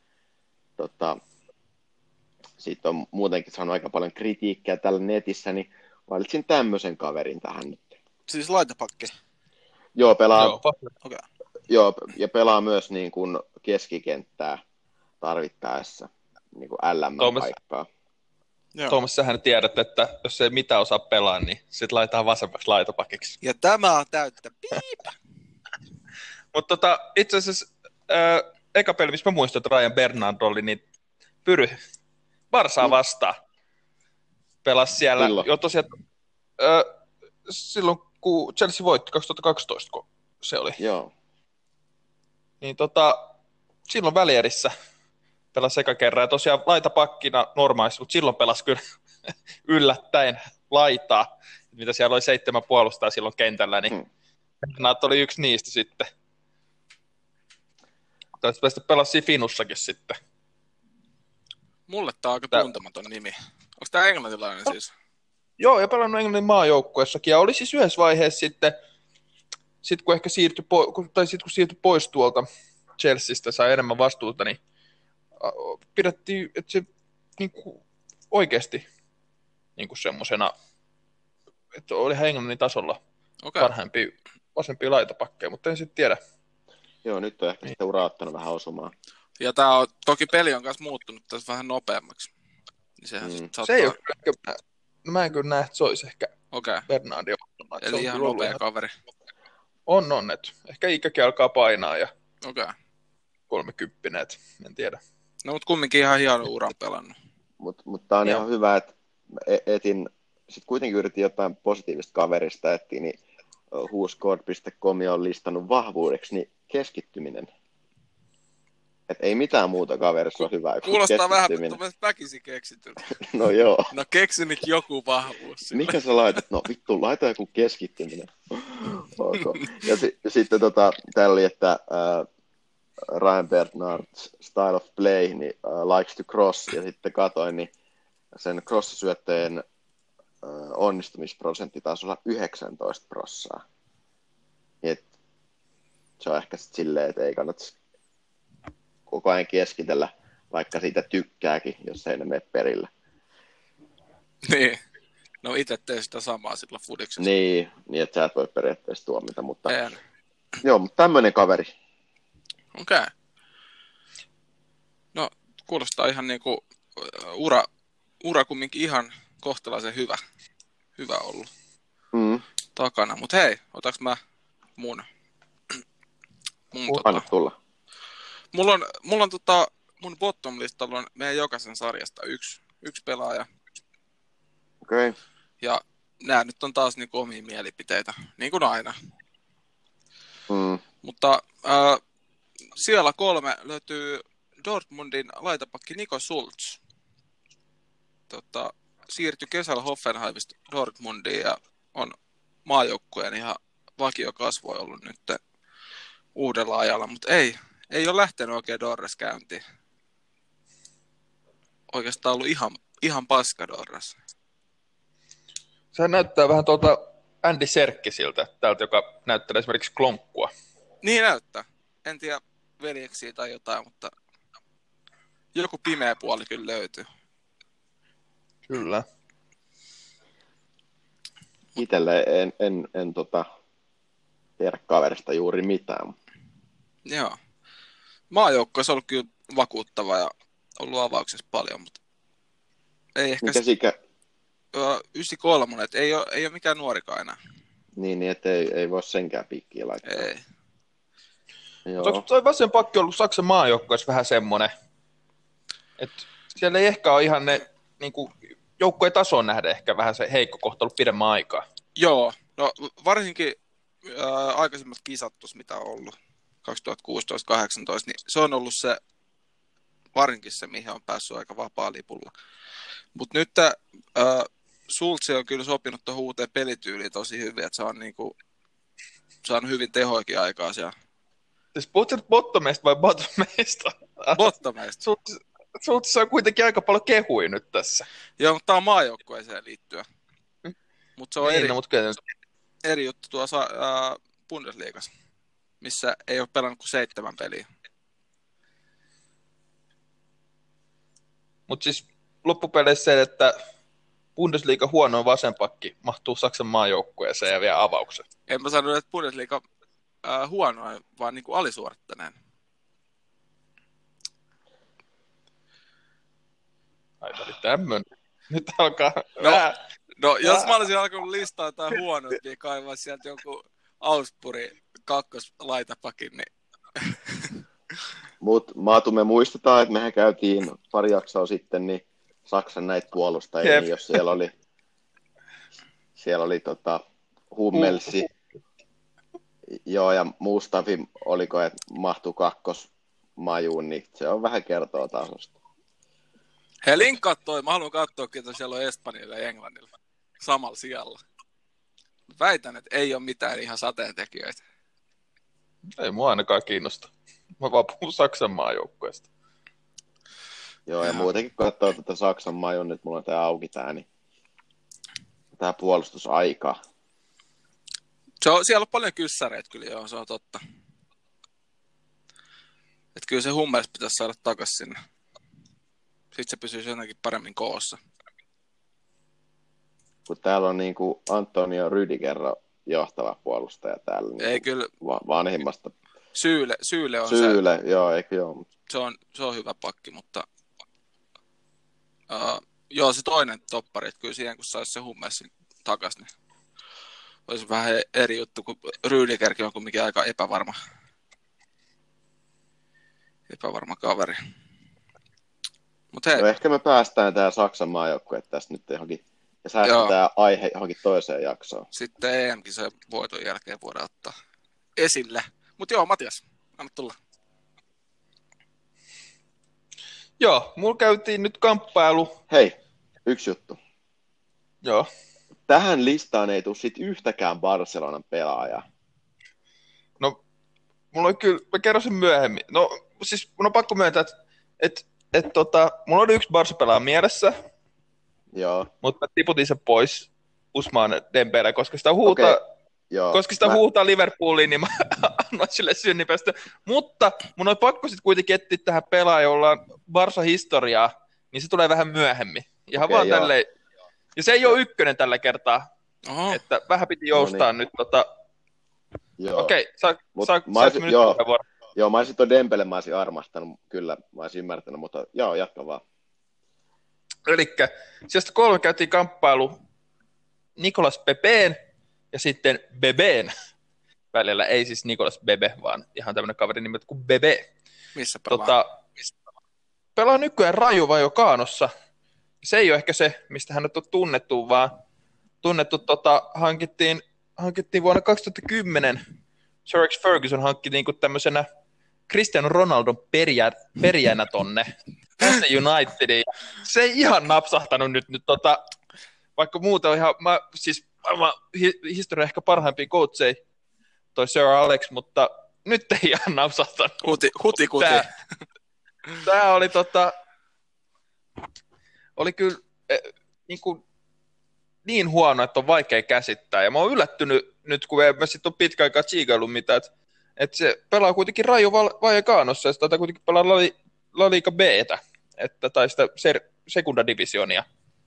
siitä on muutenkin saanut aika paljon kritiikkiä tällä netissä, niin valitsin tämmöisen kaverin tähän nyt. Siis laitapakki? Joo, pelaa. Okay. Joo, ja pelaa myös niin kuin keskikenttää tarvittaessa, niin kuin LM-paikkaa. Tuomas, sähän tiedät, että jos ei mitään osaa pelaa, niin sitten laitetaan vasemmaksi laitopakiksi. Ja tämä on täyttä piipä. Mutta itse asiassa eka peli, missä mä muistan, että Ryan Bernard oli, niin Pyry Barsaa vastaan. Pelasi siellä jo tosiaan silloin, kun Chelsea voitti 2012, kun se oli. Joo. Niin silloin välierissä pelasi eka kerran. Ja tosiaan laitapakkina normaalisti, mutta silloin pelasi kyllä yllättäen laitaa. Mitä siellä oli 7 puolustajaa silloin kentällä, niin Bernard oli yksi niistä sitten. Tästä pelasi Finussakin sitten. Mulle tää on aika tuntematon nimi. Onko tää englantilainen siis? Joo, ja pelannut Englannin maajoukkueessakin. Ja oli siis yhdessä vaiheessa sitten kun ehkä siirtyi pois tuolta Chelseasta, sai enemmän vastuuta, niin pidettiin, että se niinku oikeasti niinku semmosena, että oli Englannin tasolla parhaimpia laitapakkeja, mutta en sitten tiedä. Joo, nyt on ehkä sitten ura ottanut vähän osumaan. Ja tää on, toki peli on myös muuttunut tässä vähän nopeammaksi. Niin sehän Se ei ole, mä en kyllä näe, että se olisi ehkä Okei. Bernardi on. Se Eli on ihan kyllä ollut nopea kaveri. on, että ehkä ikäkin alkaa painaa ja Okei. 30, en tiedä. No mut kumminkin ihan hieno uran pelannut. Mutta tää on Joo. ihan hyvä, että etin, sit kuitenkin yritin jotain positiivista kaverista etsiä, niin whoscored.com on listannut vahvuudeksi niin keskittyminen. Et ei mitään muuta kaverissa ole hyvää kuin Kuulostaa vähän keskittyminen. väkisin keksityltä. No joo. No keksi nyt joku vahvuus sille. Mikä sä laitat? No vittu, laita joku keskittyminen. Okay. Ja sitten täällä oli, että Ryan Bernard's style of play, niin likes to cross, ja sitten katoin, niin sen cross-syöttöjen onnistumisprosentti taisi olla 19%. Et se on ehkä sitten silleen, että ei kannata koko ajan keskitellä, vaikka siitä tykkääkin, jos ei ne mene perille. Niin. No itse tein sitä samaa sillä fudiksessa. Niin, että sä et voi periaatteessa tuomita, mutta En. joo, mutta tämmöinen kaveri. Okei. No, kuulostaa ihan niinku ura kumminkin ihan kohtalaisen hyvä ollut takana. Mut hei, otaks mä mun Anna tulla. mulla on mun bottom-listalla on meidän jokaisen sarjasta yksi pelaaja. Okei. Okay. Ja nää nyt on taas niinku omia mielipiteitä, niin kuin aina. Mutta siellä 3 löytyy Dortmundin laitapakki Nico Schulz. Siirtyi kesällä Hoffenheimista Dortmundiin ja on maajoukkueen ihan vakiokasvoi ollut nyt uudella ajalla, mutta ei ole lähtenyt oikein Dorres käyntiin. Oikeastaan ollut ihan paska Dorres. Se näyttää vähän Andy Serkkisiltä, täältä, joka näyttää esimerkiksi klonkkua. Niin näyttää. En tiedä veljeksiä tai jotain, mutta joku pimeä puoli kyllä löytyy. Kyllä. Itelle en tiedä kaverista juuri mitään. Joo. Maajoukkoissa on ollut kyllä vakuuttava ja ollut avauksessa paljon, mutta ei ehkä... Mikä sikä? 93, että ei ole mikään nuorikaan enää. Niin että ei voi senkään piikkiä laittaa. Ei. Joo. Onko toi vasen pakki ollut Saksan maajoukkoissa vähän semmoinen, että siellä ei ehkä ole ihan ne niinku, joukkojen tasoon nähdä ehkä vähän se heikko kohta ollut pidemmän aikaa. Joo, no varsinkin aikaisemmat kisat tuossa, mitä on ollut 2016-2018, niin se on ollut se varsinkin se, mihin on päässyt aika vapaa lipulla. Mutta nyt Schultz on kyllä sopinut tuohon uuteen pelityyliin tosi hyvin, että se on niinku, saanut hyvin tehoikin aikaa siellä. Siis puhutko nyt bottomeista vai bottomeista? Bottomeista. Schultz on kuitenkin aika paljon kehui nyt tässä. Joo, mutta tämä on maajoukkueeseen liittyen. Mutta se on eri juttu tuossa Bundesliigassa, missä ei ole pelannut kuin 7 peliä. Mutta siis loppupeleissä se, että Bundesliga huono vasenpakki mahtuu Saksan maajoukkueeseen ja vielä avauksen. En mä sano, että Bundesliga huonoin, vaan niin kuin alisuorittaneen. Ai oli tämmönen. Nyt alkaa No, jos mä olisin alkanut listaa jotain huonoimpia, kaivaa sieltä joku Augsburgin kakkoslaitapakin, niin... Mutta Maatu, me muistetaan, että mehän käytiin pari jaksoa sitten niin Saksan näitä puolustajia, niin jos siellä oli Hummelsi, joo, ja Mustafi, oliko, että mahtui kakkosmajuun, niin se on vähän kertoa tasosta. He linkkaat toi, mä haluan katsoa, ketä siellä on Espanjalla ja Englannilla samalla sijalla. Väitän, että ei ole mitään ihan sateentekijöitä. Ei mua ainakaan kiinnosta. Mä vaan puhun Saksan maajoukkueesta. Joo, ja muutenkin kun katsoo tätä Saksan majun, nyt mulla on tää auki niin tää puolustusaika. Siellä on paljon kyssäreitä kyllä, joo, se on totta. Että kyllä se Hummels pitäisi saada takaisin sinne. Sitten se pysyisi jotenkin paremmin koossa. Kun täällä on niinku Antonio Rüdiger johtava puolustaja täällä. Niin ei kyllä. Vanhimmasta. Syyle on Syyle, joo, eikö joo. Se on hyvä pakki, mutta joo, se toinen toppari, että kyllä siihen kun saisi se Hummelsin takaisin, niin olisi vähän eri juttu, kun Rüdigerkin on kumminkin aika epävarma kaveri. Mut hei. No ehkä me päästään tää Saksan maajoukkue tästä nyt johonkin, ja säästetään aihe johonkin toiseen jaksoon. Sitten EM-kisojen voiton jälkeen voidaan ottaa esille. Mut joo, Matias, anna tulla. Joo, mulla käytiin nyt kamppailu. Hei, yksi juttu. Joo. Tähän listaan ei tule sit yhtäkään Barcelonan pelaajaa. No, mulla on kyllä, mä kerron sen myöhemmin. No, siis mun on pakko myöntää, että mulla oli yksi Barca-pelaaja mielessä, Joo. mutta mä tiputin sen pois Ousmane Dembele, koska sitä huutaa, huutaa Liverpooliin, niin mä annoin sille synnipästä. Mutta mun on pakko sitten kuitenkin etsiä tähän pelaaja, jolla on Barca-historiaa, niin se tulee vähän myöhemmin. Ihan vaan tälleen. Ja se ei ole ykkönen tällä kertaa. Oho. Että vähän piti joustaa nyt. Okei, saanko nyt puheenvuoron? Joo, mä olisin tuon Dembele, mä olisin armastanut, kyllä, mä olisin ymmärtänyt, mutta joo, jatka vaan. Elikkä sieltä 3 käytiin kamppailu Nicolas Pepeen ja sitten Bebeen välillä. Ei siis Nicolas Bebe, vaan ihan tämmöinen kaveri nimeltä kuin Bebe. Missä pelaa? Pelaa nykyään Rayo Vallecanossa. Se ei ole ehkä se, mistä hän on tunnettu, vaan hankittiin vuonna 2010. Sir Alex Ferguson hankki niinku tämmöisenä Cristiano Ronaldon perijänä tonne Unitediin. Se ei ihan napsahtanut nyt vaikka muuten on ihan, historian ehkä parhaimpia coacheja toi Sir Alex, mutta nyt ei ihan napsahtanut. Huti. Tää oli kyllä niin huono, että on vaikea käsittää. Ja mä oon yllättynyt nyt, kun mä sitten on pitkä aikaa tsiikaillut mitä, että se pelaa kuitenkin Rayo Vallecanossa, ja sitä kuitenkin pelaa La Liga B:tä, tai sitä Segunda Divisionia.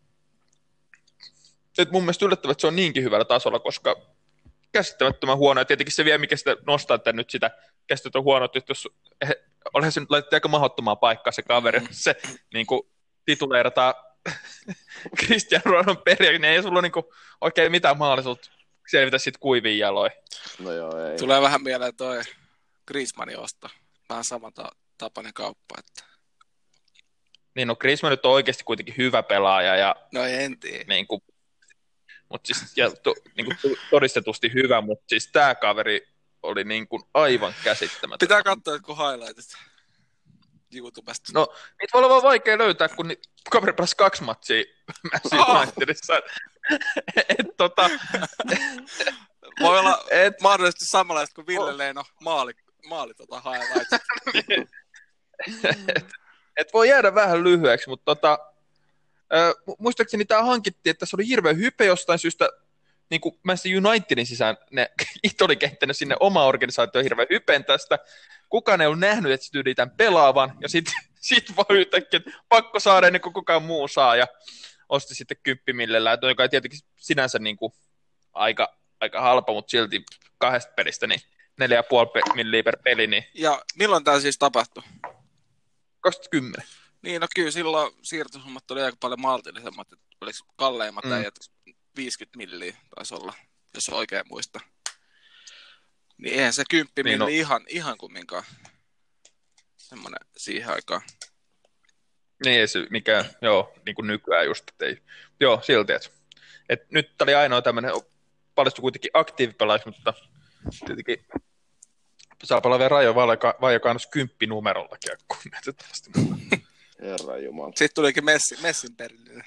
Et mun mielestä yllättävää, että se on niinkin hyvällä tasolla, koska käsittämättömän huono, ja tietenkin se vielä, mikä sitä nostaa tämän nyt sitä käsittämättömän huono, että jos olihan se nyt laitettu aika mahdottomaan paikkaa se kaveri, se niin kuin tituleerataan Cristiano Ronaldon perijä, niin ei sulla niinku oikein mitään mahdollisuutta selvitä siitä kuiviin jaloin. No joo, ei. Tulee vähän mieleen toi Griezmannin osto. Vähän samantapainen kauppa. Että... Niin, no Griezmann nyt on oikeasti kuitenkin hyvä pelaaja. Ja, no en tiedä. Niinku, siis, niinku, todistetusti hyvä, mutta siis tää kaveri oli niinku aivan käsittämätön. Pitää katsoa joku highlightit YouTubesta. No, niitä voi olla vaan vaikea löytää, kun kaveri pelasi 2 matsia Unitedissa. Voi olla mahdollisesti samanlaista kuin Ville Leino maali highlights. Et voi jäädä vähän lyhyeksi, mutta muistaakseni tämä hankittiin, että se oli hirveän hype jostain syystä, niin kuin Manchester Unitedin sisään ne itse oli kehittänyt sinne oma organisaatio hirveän hypen tästä. Kukaan ei ollut nähnyt, että se tyyli tämän pelaavan, ja sit vaan yhtäkkiä, pakko saada ennen kuin kukaan muu saa, ja osti sitten 10 millellä, joka ei tietenkin sinänsä niin kuin aika halpa, mutta silti 2 pelistä, niin 4,5 milliä per peli. Niin... Ja milloin tämä siis tapahtui? 2010. Niin, no kyllä silloin siirtosummat oli aika paljon maltillisemmat, että oliko kalleimmat äijät 50 milliä taisi olla, jos oikein muista. Niin eihän se 10 niin milli ihan kumminkaan semmoinen siihen aikaan. Niin ei se mikään, joo, niin kuin nykyään just, että ei. Joo, silti, että nyt oli ainoa tämmöinen, paljastui kuitenkin aktiivipelaajaksi, mutta tietenkin saa palaa vielä Rayo Vallecanossa 10 numerolla kunnioitettavasti. Herra Jumala. Sitten tulikin Messin perillinen.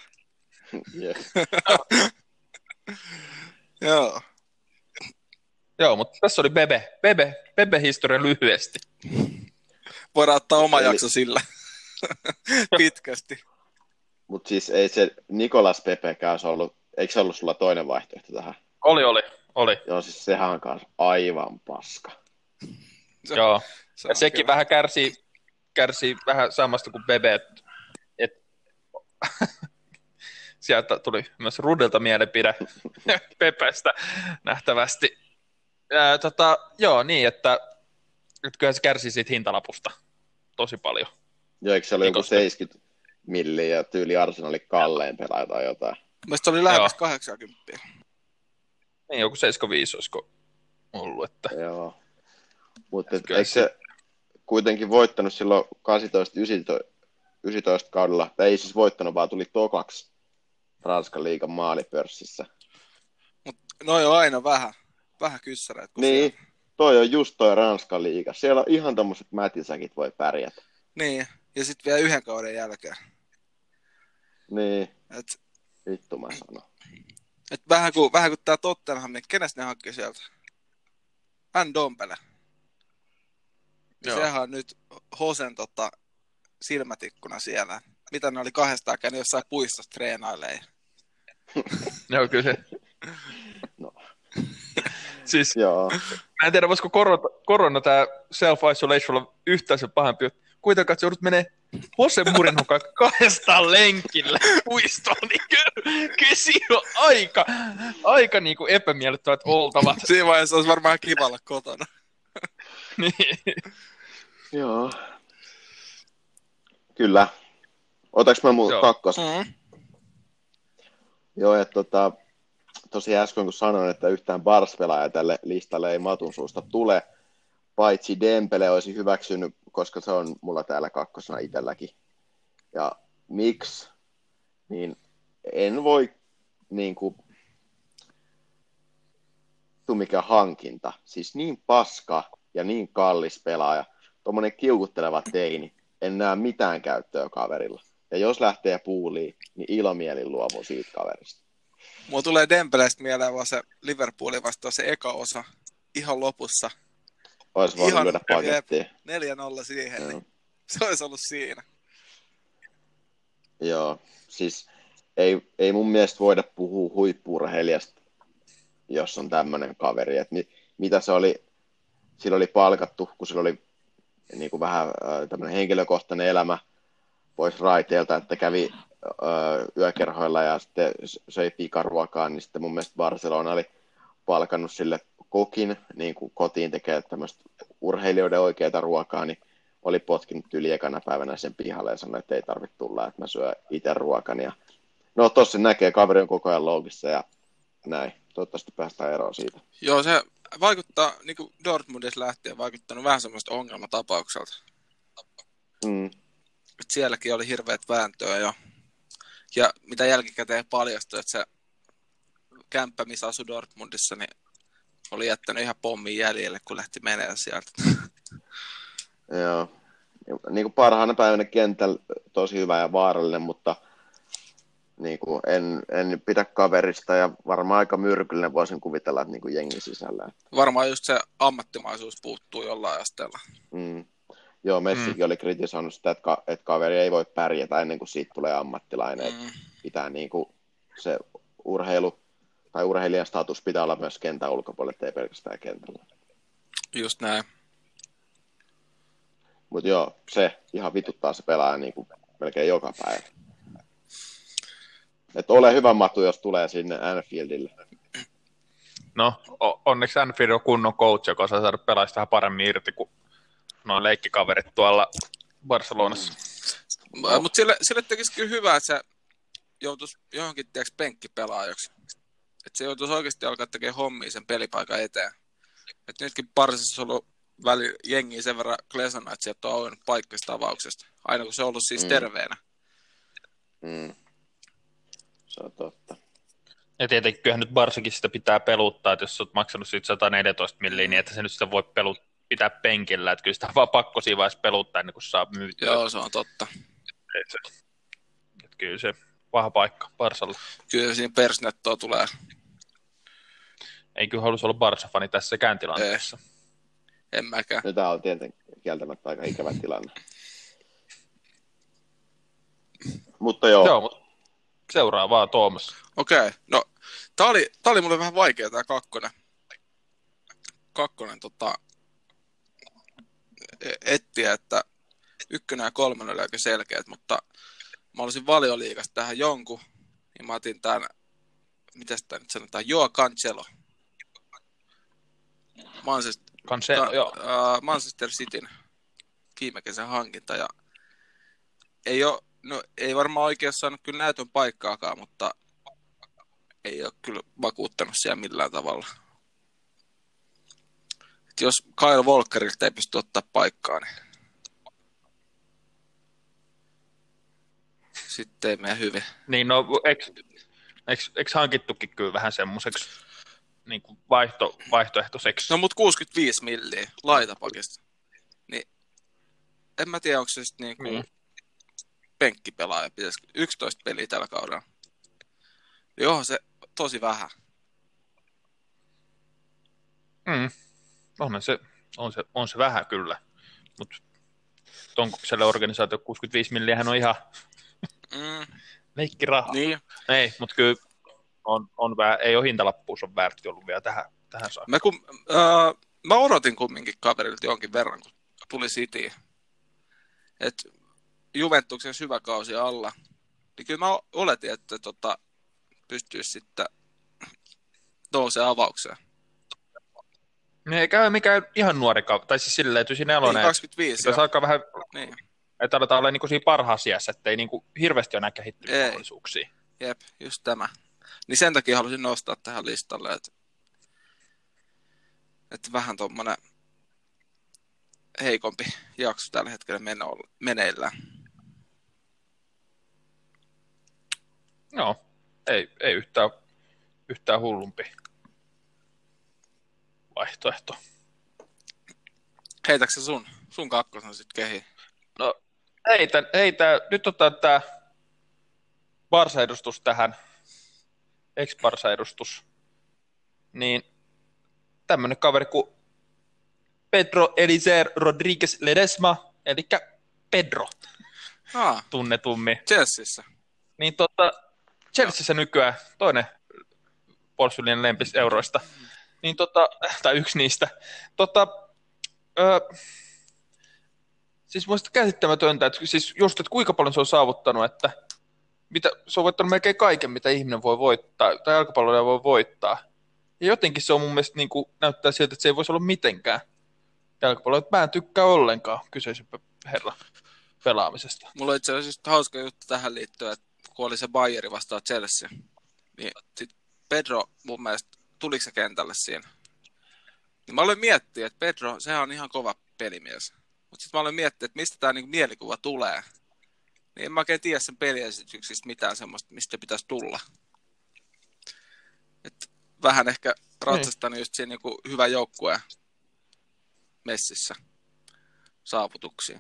Joo. Joo, mutta tässä oli Bebe-historia lyhyesti. Voidaan ottaa oma jakso sillä pitkästi. Mutta siis ei se Nicolas Pepekään ollut, eikö se ollut sulla toinen vaihtoehto tähän? Oli. Joo, siis sehän on kanssa aivan paska. Joo, ja sekin vähän kärsii vähän samasta kuin Bebe, että sieltä tuli myös Rudelta mielipide Pepestä nähtävästi. Joo, niin, että kyllähän se kärsii siitä hintalapusta tosi paljon. Joo, eikö se ole joku 70 milliä ja tyyli Arsenalin kalleen pelaaja tai jotain? Mielestäni oli lähemmäs 80. Niin, joku 75 olisiko ollut, että Joo. Mutta kyllä eikö se kuitenkin voittanut silloin 18-19 kaudella, tai ei siis voittanut, vaan tuli tokaksi Ranskan liigan maalipörssissä. Mutta noi on aina vähän kyssäreitä kuin Niin, siellä. toi on just toi Ranskan liiga. Siellä on ihan tommoset mätisäkit voi pärjätä. Niin, ja sitten vielä yhden kauden jälkeen. Niin, Et vittu mä sanon. vähän kuin tää Tottenham, niin kenestä ne hankki sieltä? Dombele. Niin Joo. sehän on nyt Hosen silmätikkuna siellä. Mitä ne oli kahdestaan käynyt jossain puistossa treenailemaan. Joo, kyllä se. No. Siis, Joo. mä en tiedä, voisiko korona tämä self-isolation olla yhtään se pahempi. Kuitenkaan, että se joudut menee Jose Mourinhon kahdestaan lenkillä puistoon, niin kyllä siinä on aika niin kuin epämiellyttävät oltavat. Siinä vaiheessa olisi varmaan kiva olla kotona. Niin. Joo. Kyllä. Otaks mä mun Joo. kakkosen? Mm-hmm. Joo, että tosiaan äsken kun sanoin, että yhtään Bars-pelaajaa tälle listalle ei matun suusta tule, paitsi Dembele olisi hyväksynyt, koska se on mulla täällä kakkosena itselläkin. Ja miksi? Niin en voi niinku mikä hankinta. Siis niin paska ja niin kallis pelaaja. Tuommoinen kiukutteleva teini. En näe mitään käyttöä kaverilla. Ja jos lähtee puuliin, niin ilomielin luovun siitä kaverista. Mulla tulee Dembelestä mieleen vaan se Liverpoolin vastaan se eka osa ihan lopussa. Olisi voinut lyödä pakettiin. 4-0 siihen, niin se olisi ollut siinä. Joo, siis ei mun mielestä voida puhua huippu-urheilijasta, jos on tämmöinen kaveri. Et mitä se oli, sillä oli palkattu, kun sillä oli niin kuin vähän tämmöinen henkilökohtainen elämä pois raiteelta, että kävi yökerhoilla ja sitten söi pikaruokaa, niin sitten mun mielestä Barcelona oli palkannut sille kokin, niin kuin kotiin tekee tämmöistä urheilijoiden oikeaa ruokaa, niin oli potkinut yli ekana päivänä sen pihalle ja sanoi, että ei tarvitse tulla, että mä syön itse ruokan. Ja no tossa näkee, kaveri on koko ajan loogissa ja näin. Toivottavasti päästään eroon siitä. Joo, se vaikuttaa, niin kuin Dortmundissa lähtien, vaikuttanut vähän semmoista ongelmatapaukselta. Et sielläkin oli hirveät vääntöä jo. Ja mitä jälkikäteen paljastui, että se kämppä, missä asui Dortmundissa, niin oli jättänyt ihan pommin jäljelle, kun lähti menemään sieltä. Joo. Niin kuin parhaana päivänä kentällä tosi hyvä ja vaarallinen, mutta niin kuin en pidä kaverista ja varmaan aika myrkyllinen voisin kuvitella, että niin kuin jengin sisällä. Varmaan just se ammattimaisuus puuttuu jollain asteella. Joo, Messikin oli kritisoinut sitä, että kaveri ei voi pärjätä ennen kuin siitä tulee ammattilainen. Pitää niin kuin se urheilu tai urheilijan status pitää olla myös kentän ulkopuolella, ei pelkästään kentällä. Just näin. Mutta joo, se ihan vituttaa se pelaaja niin kuin melkein joka päivä. Että ole hyvä matu, jos tulee sinne Anfieldille. No, onneksi Anfield on kunnon coach, joka osaa saada pelaajista vähän paremmin irti kuin noin leikkikaverit tuolla Barcelonassa. Mutta sille tekisi kyllä hyvä, että se joutuisi johonkin penkkipelaajaksi. Että se joutuisi oikeasti alkaa tekemään hommia sen pelipaikan eteen. Että nytkin Barsassa on ollut jengiä sen verran klesona, että sieltä on auennut paikkaista avauksesta. Aina kun se on ollut siis terveenä. Se on totta. Ja tietenkin kyllähän nyt Barsakin sitä pitää peluttaa, että jos olet maksanut siitä 114 milliä, niin että se nyt sitä voi pitää penkillä. Että kyllä sitä vaan pakko siinä vaiheessa peluttaa ennen kuin saa myytyä. Joo, se on totta. Että kyllä se paha paikka Barsalla. Kyllä siinä persnettoa tulee. Ei kyllä halus olla Barsa-fani tässäkään tilanteessa. En mäkään. No, tämä on tietenkin kieltämättä aika ikävä tilanne. Mutta joo. Joo, mutta seuraavaa Tuomas. Okei, no tää oli mulle vähän vaikea tää kakkonen. Etsiä, että 1 ja 3 oli aika selkeät, mutta mä olisin Valioliigasta tähän jonkun, niin mä otin tän, mitäs tää nyt sanotaan, Joao Cancelo. Manchester Cityn viime kesän hankinta, ja ei varmaan oikein saanut kyllä näytön paikkaakaan, mutta ei ole kyllä vakuuttanut siellä millään tavalla. Et jos Kyle Walkerilta ei pysty ottaa paikkaa, niin sitten ei mene hyvin. Niin, no, eikö hankittukin kyllä vähän semmoiseksi niin kuin vaihtoehtoiseksi? No, mutta 65 milliä laitapakista. Niin, en mä tiedä, onko se sitten niinku penkkipelaaja. Pitäisikö 11 peliä tällä kaudella? Joo, se tosi vähän. On se vähän kyllä, mutta Tonkokselle organisaatio 65 milliä hän on ihan leikkirahaa. Niin. Ei, mutta kyllä on ei ole hintalappuus on väärti ollut vielä tähän saakka. Mä odotin kumminkin kaverilta jonkin verran, kun tuli City. Et Juventuksen syvä kausi alla. Niin kyllä mä oletin, että pystyisi sitten nousemaan avaukseen. Niin eikä mikään ihan nuori kaveri, tai siis silleen, että siinä elonen. 25. Se alkaa vähän, niin. että aletaan olla niinku siinä parhaassa iässä, ettei niinku hirveästi ole enää kehittymismahdollisuuksia. Jep, just tämä. Niin sen takia halusin nostaa tähän listalle, että vähän tommonen heikompi jakso tällä hetkellä meneillään. Joo, ei yhtään hullumpi vaihtoehto. Heitätkö sä sun kakkosen sit kehiin? No, heitä. Nyt otetaan tää Barsa-edustus tähän, ex-Barsa-edustus, niin tämmönen kaveri kuin Pedro Elizer Rodriguez Ledesma, eli Pedro, tunnetummin. Chelseassa. Niin Chelseassa nykyään toinen Porcellian lempis euroista, niin tai yksi niistä. Siis muista käsittämätöntä, että siis just, että kuinka paljon se on saavuttanut, että se on voittanut melkein kaiken, mitä ihminen voi voittaa, tai jalkapalloilija voi voittaa. Ja jotenkin se on mun mielestä niin kuin, näyttää siltä, että se ei voisi olla mitenkään jalkapalloilija. Mä en tykkää ollenkaan kyseisen herran pelaamisesta. Mulla on itse asiassa hauska juttu tähän liittyen, että kun oli se Bayeri vastaan Chelsea, niin sit Pedro mun mielestä, tuliko se kentälle siinä? Niin mä aloin miettiä, että Pedro, sehän on ihan kova pelimies. Mutta sitten mä aloin miettiä, että mistä tää niinku mielikuva tulee. Niin en mä oikein tiedä sen peliesityksistä mitään semmoista, mistä pitäisi tulla. Et vähän ehkä ratsastanut just siinä niinku hyvä joukkue messissä saavutuksia.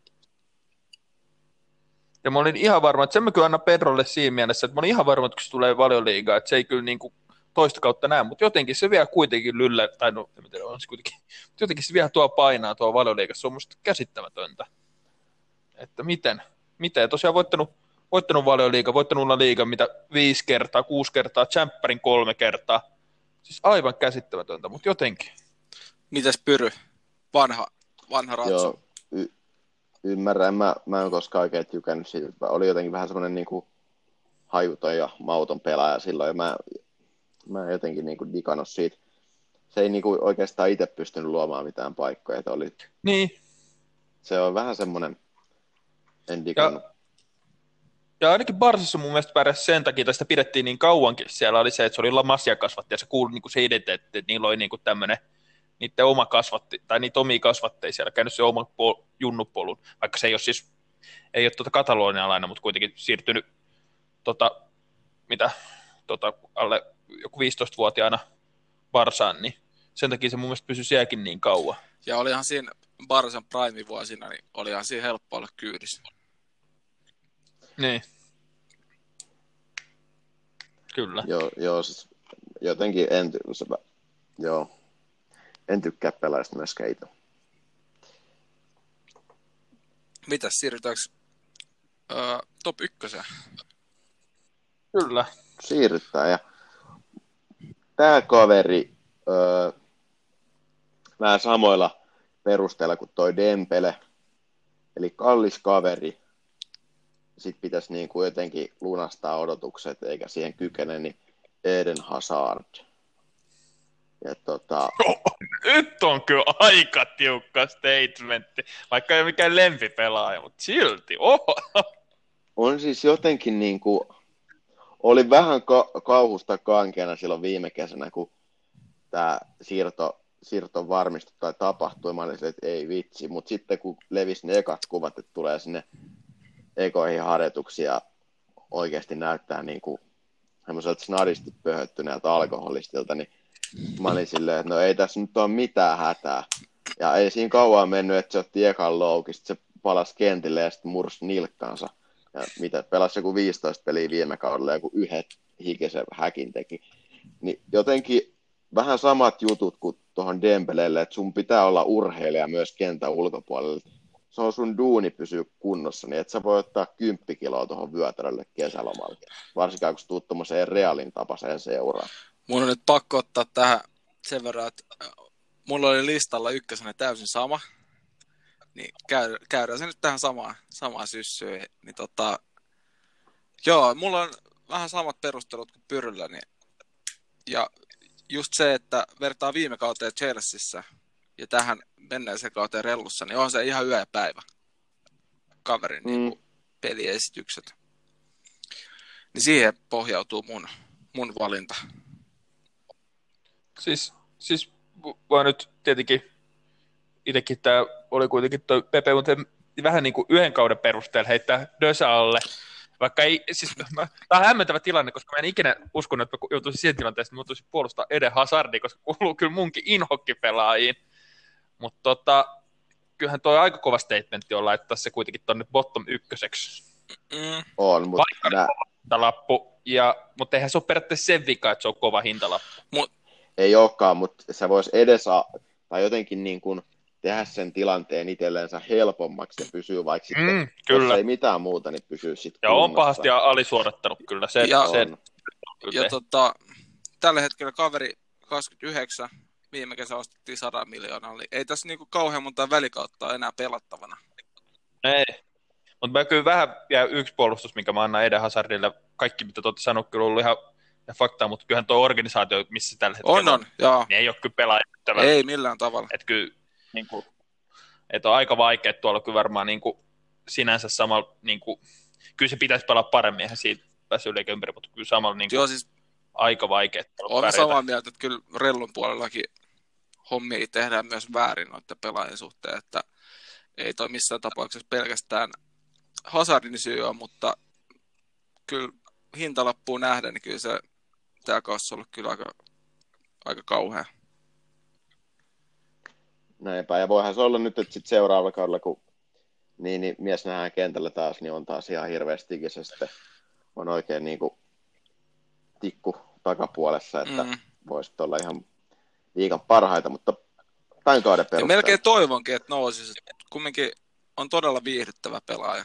Ja mä olin ihan varma, että sen mä kyllä annan Pedrolle siinä mielessä, että mä olin ihan varma, että kun se tulee Valioliigaan, että se ei kyllä niinku toista kautta näe, mutta jotenkin se vielä kuitenkin tai no, en tiedä, on se kuitenkin, mutta jotenkin se vielä tuo painaa tuo Valioliigassa, se on musta käsittämätöntä. Että miten? Tosiaan voittanut Valioliigan, voittanut La Liigan mitä 5 kertaa, 6 kertaa, Champerin 3 kertaa. Siis aivan käsittämätöntä, mutta jotenkin. Mitäs Pyry? Vanha ratsu. Joo, ymmärrän. Mä en koskaan oikein tykännyt siitä. Oli jotenkin vähän semmoinen niinku hajuton ja mauton pelaaja silloin. Ja mä en jotenkin niinku digannut siitä. Se ei niinku oikeastaan itse pystynyt luomaan mitään paikkoja. Niin. Se on vähän semmoinen, en digannut. Ja ainakin Barsassa mun mielestä pärjäsi sen takia, että sitä pidettiin niin kauankin. Siellä oli se, että se oli La Masia kasvatti ja se kuului niinku se identiteetti, että niillä oli niinku tämmöinen niiden oma kasvatti, tai niitä omia kasvatteja siellä, käynyt se oma junnupolun, vaikka se ei ole siis, ei ole katalonialainen, mutta kuitenkin siirtynyt alle joku 15-vuotiaana Barsaan, niin sen takia se mun mielestä pysyi sielläkin niin kauan. Ja olihan siinä Barsan prime-vuosina, niin olihan siinä helppo olla kyydissä. Niin. Kyllä. Joo, siis jotenkin en tykkää pelaajista myöskään itse. Mitäs, siirrytäänkö top 1? Kyllä. Siirrytään, ja tää kaveri vähän samoilla perusteella kuin toi Dembele, eli kallis kaveri, sitten pitäisi niin kuin jotenkin lunastaa odotukset, eikä siihen kykene, niin Eden Hazard. Ja Nyt on kyllä aika tiukka statementti, vaikka ei ole mikään lempipelaaja, mutta silti, On siis jotenkin niin kuin oli vähän kauhusta kankeana silloin viime kesänä, kun tämä siirto varmistui tai tapahtui. Mä olin silleen, että ei vitsi, mutta sitten kun levisi ne ekat kuvat, että tulee sinne ekoihin harjoituksia oikeasti näyttää niin kuin semmoiselta snadisti pöhöttyneeltä alkoholistilta, niin mä olin silleen, että no ei tässä nyt ole mitään hätää. Ja ei siinä kauan mennyt, että se otti ekan loukista, se palasi kentille ja sitten mursi nilkkaansa. Ja mitä, pelasi joku 15 peliä viime kaudella, joku yhden hikisen häkin teki. Niin jotenkin vähän samat jutut kuin tuohon Dembelelle, että sun pitää olla urheilija myös kentän ulkopuolella. Se on sun duuni pysyä kunnossa, niin että sä voi ottaa 10 kiloa tuohon vyötärölle kesälomalle. Varsinkaan, kun sä tuut tuommoiseen Realin tapaiseen seuraan. Mun on nyt pakko ottaa tähän sen verran, että mulla oli listalla ykkösenä täysin sama. Niin käydään se nyt tähän samaan syssyyn. Niin joo, mulla on vähän samat perustelut kuin Pyryllä. Niin, ja just se, että vertaa viime kauteen Chelseassa ja tähän menneeseen kauteen Rellussa, niin on se ihan yö ja päivä kaverin niin kuin peliesitykset. Niin siihen pohjautuu mun valinta. Siis vaan nyt tietenkin itsekin tämä oli kuitenkin toi Pepe, mutta vähän niin kuin yhden kauden perusteella heittää Dösä alle. Vaikka ei, siis tämä on hämmentävä tilanne, koska mä en ikinä uskonut, että mä joutuisin siihen tilanteeseen, että mä joutuisin puolustaa Eden Hazardia, koska kuuluu kyllä munkin inhokkipelaajiin. Mutta kyllähän toi aika kova statementti on laittaa se kuitenkin tonne bottom ykköseksi. On, mutta vaikka hintalappu, mutta eihän se ole periaatteessa sen vika, että se on kova hintalappu. Ei olekaan, mutta se voisi tai jotenkin niin kuin tehdä sen tilanteen itsellensä helpommaksi ja pysyy vaikka sitten, kyllä. jos ei mitään muuta, niin pysyy sitten ja on pahasti alisuodattanut kyllä. Tällä hetkellä kaveri 29, viime kesä ostettiin 100 miljoonaa, eli ei tässä niinku kauhean monta välikautta enää pelattavana. Ei, mutta mä kyllä vähän jää yksi puolustus, minkä mä annan Eden Hazardille. Kaikki, mitä te olette sanoneet, kyllä on ollut ihan faktaa, mutta kyllähän tuo organisaatio, missä tällä hetkellä on, niin ei ole kyllä pelaajattava. Ei millään tavalla. Että kyllä niin kuin, että on aika vaikea, että tuolla kyllä varmaan niin kuin, sinänsä samalla, niin kuin, kyllä se pitäisi pelaa paremmin, eihän siitä pääse yli ympäri, mutta kyllä samalla niin kuin, siis, aika vaikea. Olen samaa mieltä, että kyllä Rellun puolellakin hommia tehdään myös väärin noiden pelaajien suhteen, että ei toi missään tapauksessa pelkästään Hazardin syy on, mutta kyllä hintalappuun nähdä, niin kyllä se tämä kausi on ollut kyllä aika kauhea. Näinpä, ja voihan se olla nyt, että sitten seuraavalla kaudella, kun niin mies nähdään kentällä taas, niin on taas ihan hirveästi tikissä sitten on oikein niin kuin tikku takapuolessa, että voisi olla ihan liigan parhaita, mutta tämän kauden perusteella. Ja melkein toivonkin, että nousisi. Kumminkin on todella viihdyttävä pelaaja.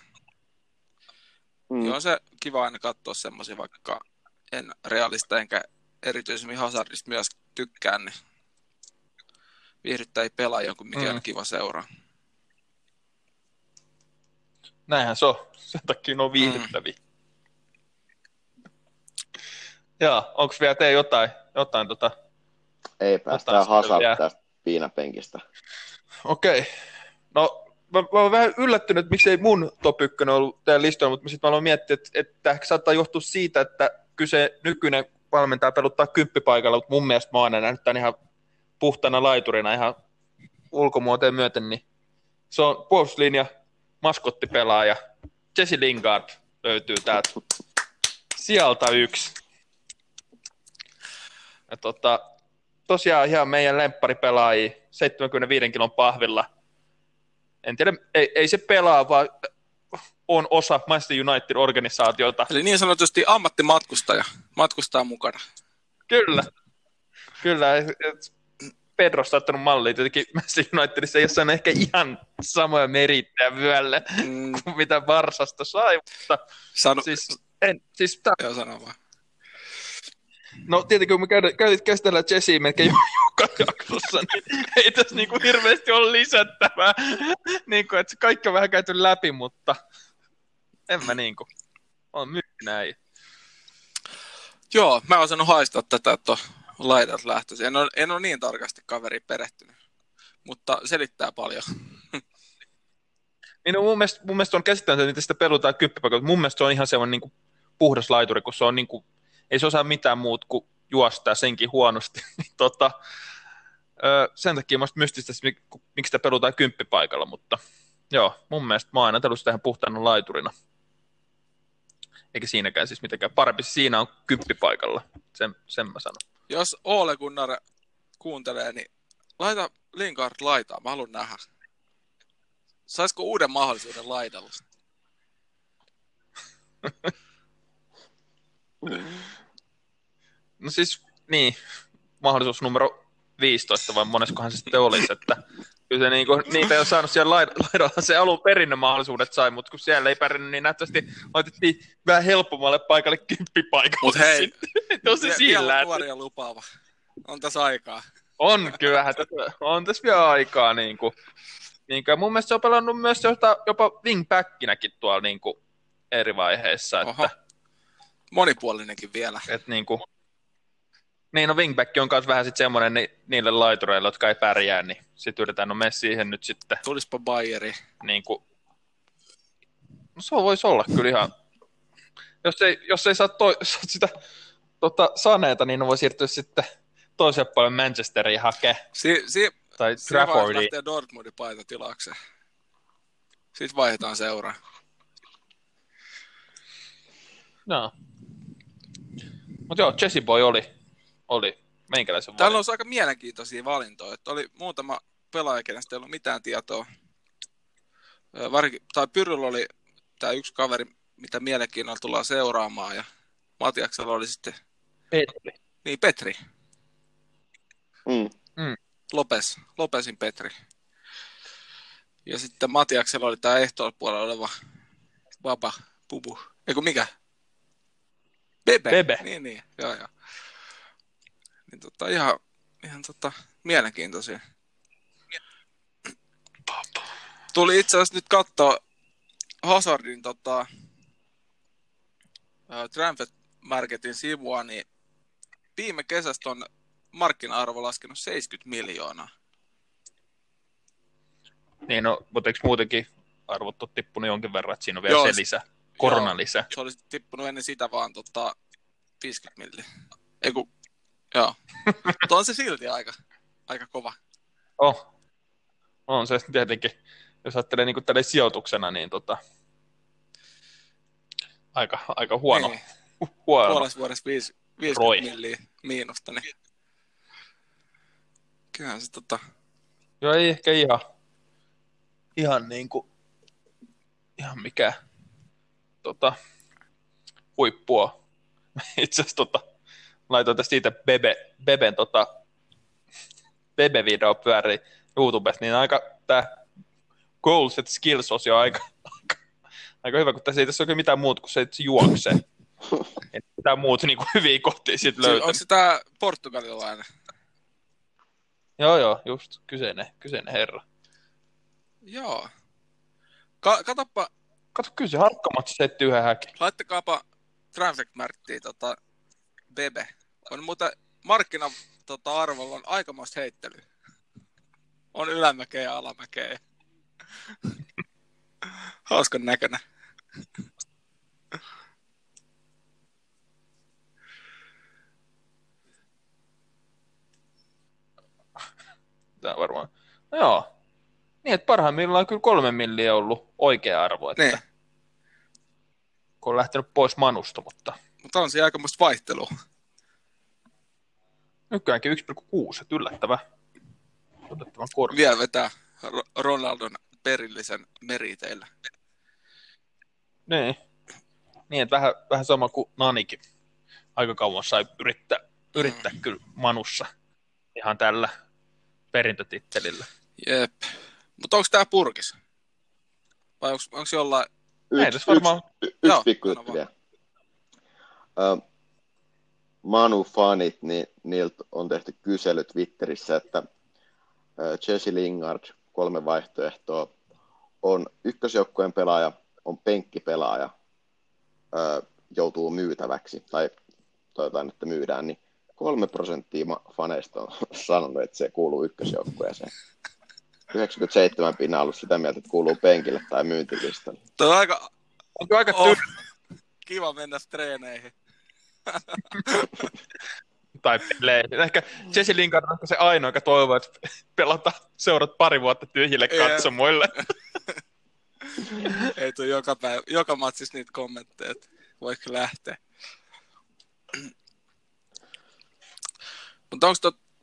Ja on se kiva aina katsoa semmoisia, vaikka en Realista enkä erityisemmin Hazardista myös tykkää, niin viihdyttää ei pelaaja, kun mikä on kiva seuraa. Näinhän se on. Sen takia ne on viihdyttäviä. Jaa, onko vielä teillä jotain Ei päästään Hazard tästä piinapenkistä. Okei. No, mä oon vähän yllättynyt, että miksei mun top 1 ollut teidän listoilla, mutta sitten mä aloin miettiä, että ehkä saattaa johtua siitä, että kyse nykyinen valmentaja peluttaa 10 paikalla, mutta mun mielestä mä oon aina nähnyt tämän ihan puhtana laiturina ihan ulkomuoteen myöten, niin se on puolustuslinja, maskottipelaaja. Jesse Lingard löytyy täältä sieltä 1. Ja tosiaan ihan meidän lempparipelaajia, 75 kilon pahvilla. En tiedä, ei se pelaa, vaan on osa Manchester United-organisaatiota. Eli niin sanotusti ammattimatkustaja, matkustaa mukana. Kyllä. Pedrosta ottanut mallia, tietenkin Manchester Unitedissa ei ole ehkä ihan samoja merittejä vyölle kuin mitä Barsasta sai, mutta Joo, sano vaan. No tietenkin, kun me käsitellään Jesseä melkein joka jaksossa, niin ei tässä niinku hirveästi ole lisättävää. Niinku, että se kaikki on vähän käyty läpi, mutta en mä on myynyt näin. Joo, mä oon osannut haistaa tätä, että on laidat lähtöisin. En ole niin tarkasti kaveriin perehtynyt, mutta selittää paljon. Niin no, mun mielestä on käsittämätöntä, että sitä pelutaan kyppäpaikoilla. Mun mielestä se on ihan semmoinen niin puhdas laituri, kun se on niin kuin, ei se osaa mitään muut kuin juostaa senkin huonosti. Sen takia mä mystistä, miksi sitä pelutaan 10 paikalla, mutta joo, mun mielestä mä oon aina ajatellut sitä ihan puhtaana laiturina. Eikä siinäkään siis mitenkään parempi. Siinä on 10 paikalla, sen mä sanon. Jos Ole Gunnar kuuntelee, niin laita Lingard laitaa, mä haluan nähdä. Saisiko uuden mahdollisuuden laidalla? No siis, niin, mahdollisuus numero 15, vai moneskohan se sitten olisi, että kyllä se niitä ei ole saanut siellä laidalla, se alun perin ne mahdollisuudet sai, mutta kun siellä ei pärjännyt, niin nähtävästi laitettiin vähän helpommalle paikalle 10 paikalle. Mut hei, tosi sillä, on nuori ja lupaava. On tässä aikaa. On, kyllähän on tässä vielä aikaa. Niin kuin, mun mielestä se on pelannut myös jopa wingbackinäkin tuolla niin kuin eri vaiheissa. Oho. Että, monipuolinenkin vielä. Että niin, no wingback on myös vähän sitten semmoinen niille laitureille, jotka ei pärjää, niin sitten yritetään mene siihen nyt sitten. Tulispa Bayeri. Niin kuin, no se voisi olla kyllä ihan, jos ei saa sitä Saneeta, niin voi siirtyä sitten toiselle puolelle Manchesteriin hakea. Tai Traffordiin. Lähtee Dortmundin paita tilakseen. Sitten vaihdetaan seuraan. No. Mutta joo, Jesse Boy oli meikäläisen täällä on aika mielenkiintoisia valintoja. Että oli muutama pelaaja, kenestä ei ollut mitään tietoa. Pyryllä oli tämä yksi kaveri, mitä mielenkiinnolla tullaan seuraamaan. Ja Matiaksella oli sitten Petri. Niin, Petri. Mm. Lopesin Petri. Ja sitten Matiaksella oli tämä ehtoolla puolella oleva Baba, Bubu. Eiku mikä? Bebe. Niin. Joo. Niin ihan mielenkiintoisia. Tuli itse asiassa nyt katsoa Hazardin Transfer Marketin sivua, niin viime kesästä on markkina-arvo laskenut 70 miljoonaa. Niin, no, mutta eikö muutenkin arvot ole tippunut jonkin verran, että siinä on vielä se lisä, koronalisä? Se olisi tippunut ennen sitä vaan 50 milliä. Joo. Mutta on se silti aika kova. On se tietenkin, jos ajattelee niin kuin sijoituksena, niin aika huono. Niin. Puolessa vuodessa 50 milliä miinusta, niin kyllähän se Joo, ei ehkä ihan niinku ihan mikä huippua. Itse asiassa laitoin tästä siitä Beben Bebe-video pyörii YouTubesta, niin aika tää goals and skills-osio aika hyvä, kun tässä ei tässä oikein mitään muuta kuin se, että se juoksee. Ei mitään muuta niin kuin hyviä kohtia siitä löytyy. Onko se tää portugalilainen? Joo, just kyseinen herra. Joo. Katoppa. Kato, kyllä se harkkamatsi setti yhden häkin. Laittakaapa Transfermarkettiin Bebe. On muuten markkina-arvolla on aikamoista heittelyä. On ylämäkeä ja alamäkeä. Hauskan näköinen. Tämä varmaan. No joo. Niin, että parhaimmillaan on kyllä 3 milliä ollut oikea arvo. Että niin. Kun on lähtenyt pois Manusta, mutta on siinä aikamoista vaihtelua. Nykyäänkin 1,6, että yllättävän korkea. Vielä vetää Ronaldon perillisen meriteillä. Niin, että vähän sama kuin Nanikin. Aika kauan sai yrittää kyllä Manussa ihan tällä perintötittelillä. Jep. Mutta onko tämä purkis? Vai onko jollain... Yksi pikku juttu vielä. Manu-fanit, niin niiltä on tehty kysely Twitterissä, että Jesse Lingard, 3 vaihtoehtoa, on ykkösjoukkueen pelaaja, on penkkipelaaja, joutuu myytäväksi, tai toivotaan, että myydään, niin 3% faneista on sanonut, että se kuuluu ykkösjoukkueeseen. 97 pinaa ollut sitä mieltä, että kuuluu penkille tai myyntilistalle. Tuo on aika kiva mennä treeneihin. Tai peleihin. Ehkä Jesse Lingard on se ainoa, joka toivoo, että pelataan seurat pari vuotta tyhjille katsomoille. Ei tule joka matsissa niitä kommentteja, että voiko lähteä. Mutta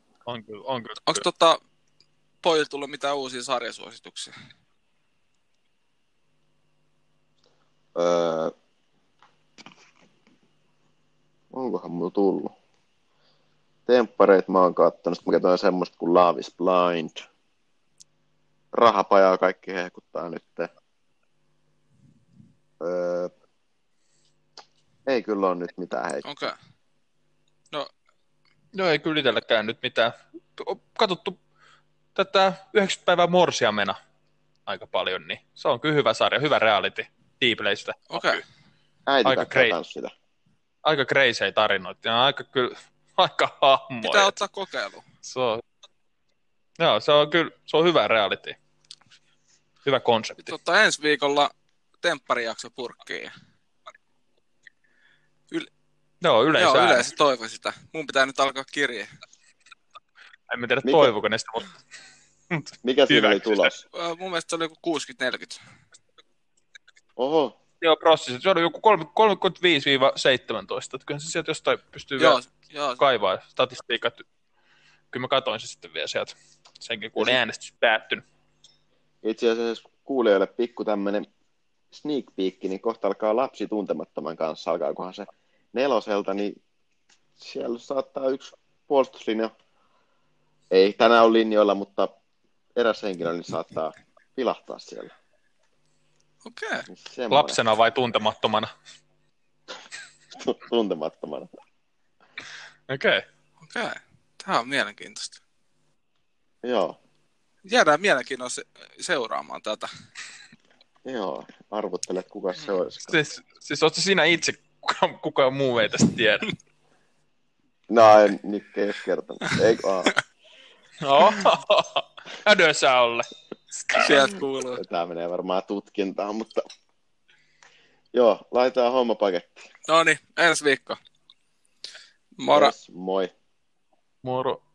onko pojille tullut mitään uusia sarjasuosituksia? Onkohan mulla tullut? Temppareit mä oon kattonut, sitten mä katsoin semmoista kuin Love is Blind. Rahapajaa kaikki hehkuttaa nyt. Ei kyllä ole nyt mitään heittää. Okei. No ei kyllä itselläkään nyt mitään. Katsottu tätä 90 päivää Morsiamena aika paljon, niin se on kyllä hyvä sarja, hyvä reality Dplaystä. Okei. Äiti Aika katsoo kans sitä. Aika crazy tarinoita ja aika hahmoja. Pitää ottaa kokeilu. Se on hyvä reality. Hyvä konsepti. Ensi viikolla tempparijakso purkkiin. Yleisö toivoi sitä. Mun pitää nyt alkaa kirje. En tiedä toivoiko ne sitä, mutta... Mikä siinä oli tulos? Mun mielestä se oli joku 60-40. Oho. Joo, prossissa. Se on joku 35-17. Kyllähän se sieltä jostain pystyy vielä kaivaa statistiikat. Kyllä mä katoin se sitten vielä sieltä. Senkin kun äänestys päättynyt. Itse asiassa kuulijoille pikku tämmönen sneak peek, niin kohta alkaa Lapsi tuntemattoman kanssa. Alkaakohan se 4, niin siellä saattaa yksi puolustuslinja. Ei tänään ole linjoilla, mutta eräs henkilö niin saattaa pilahtaa siellä. Okei. Semmoinen. Lapsena vai tuntemattomana? Tuntemattomana. Okei. Tämä on mielenkiintoista. Joo. Jäädään mielenkiinnolla seuraamaan tätä. Joo, arvottelet kuka se olisi. Siis ootko sinä itse, kukaan muu ei tästä tiedä? No en Nikke edes kertonut. Eikö Ödössä olle. Sieltä kuuluu. Tämä menee varmaan tutkintaan, mutta joo, laitetaan homma pakettiin. Noniin, ensi viikko. Moro. Yes, moi. Moro.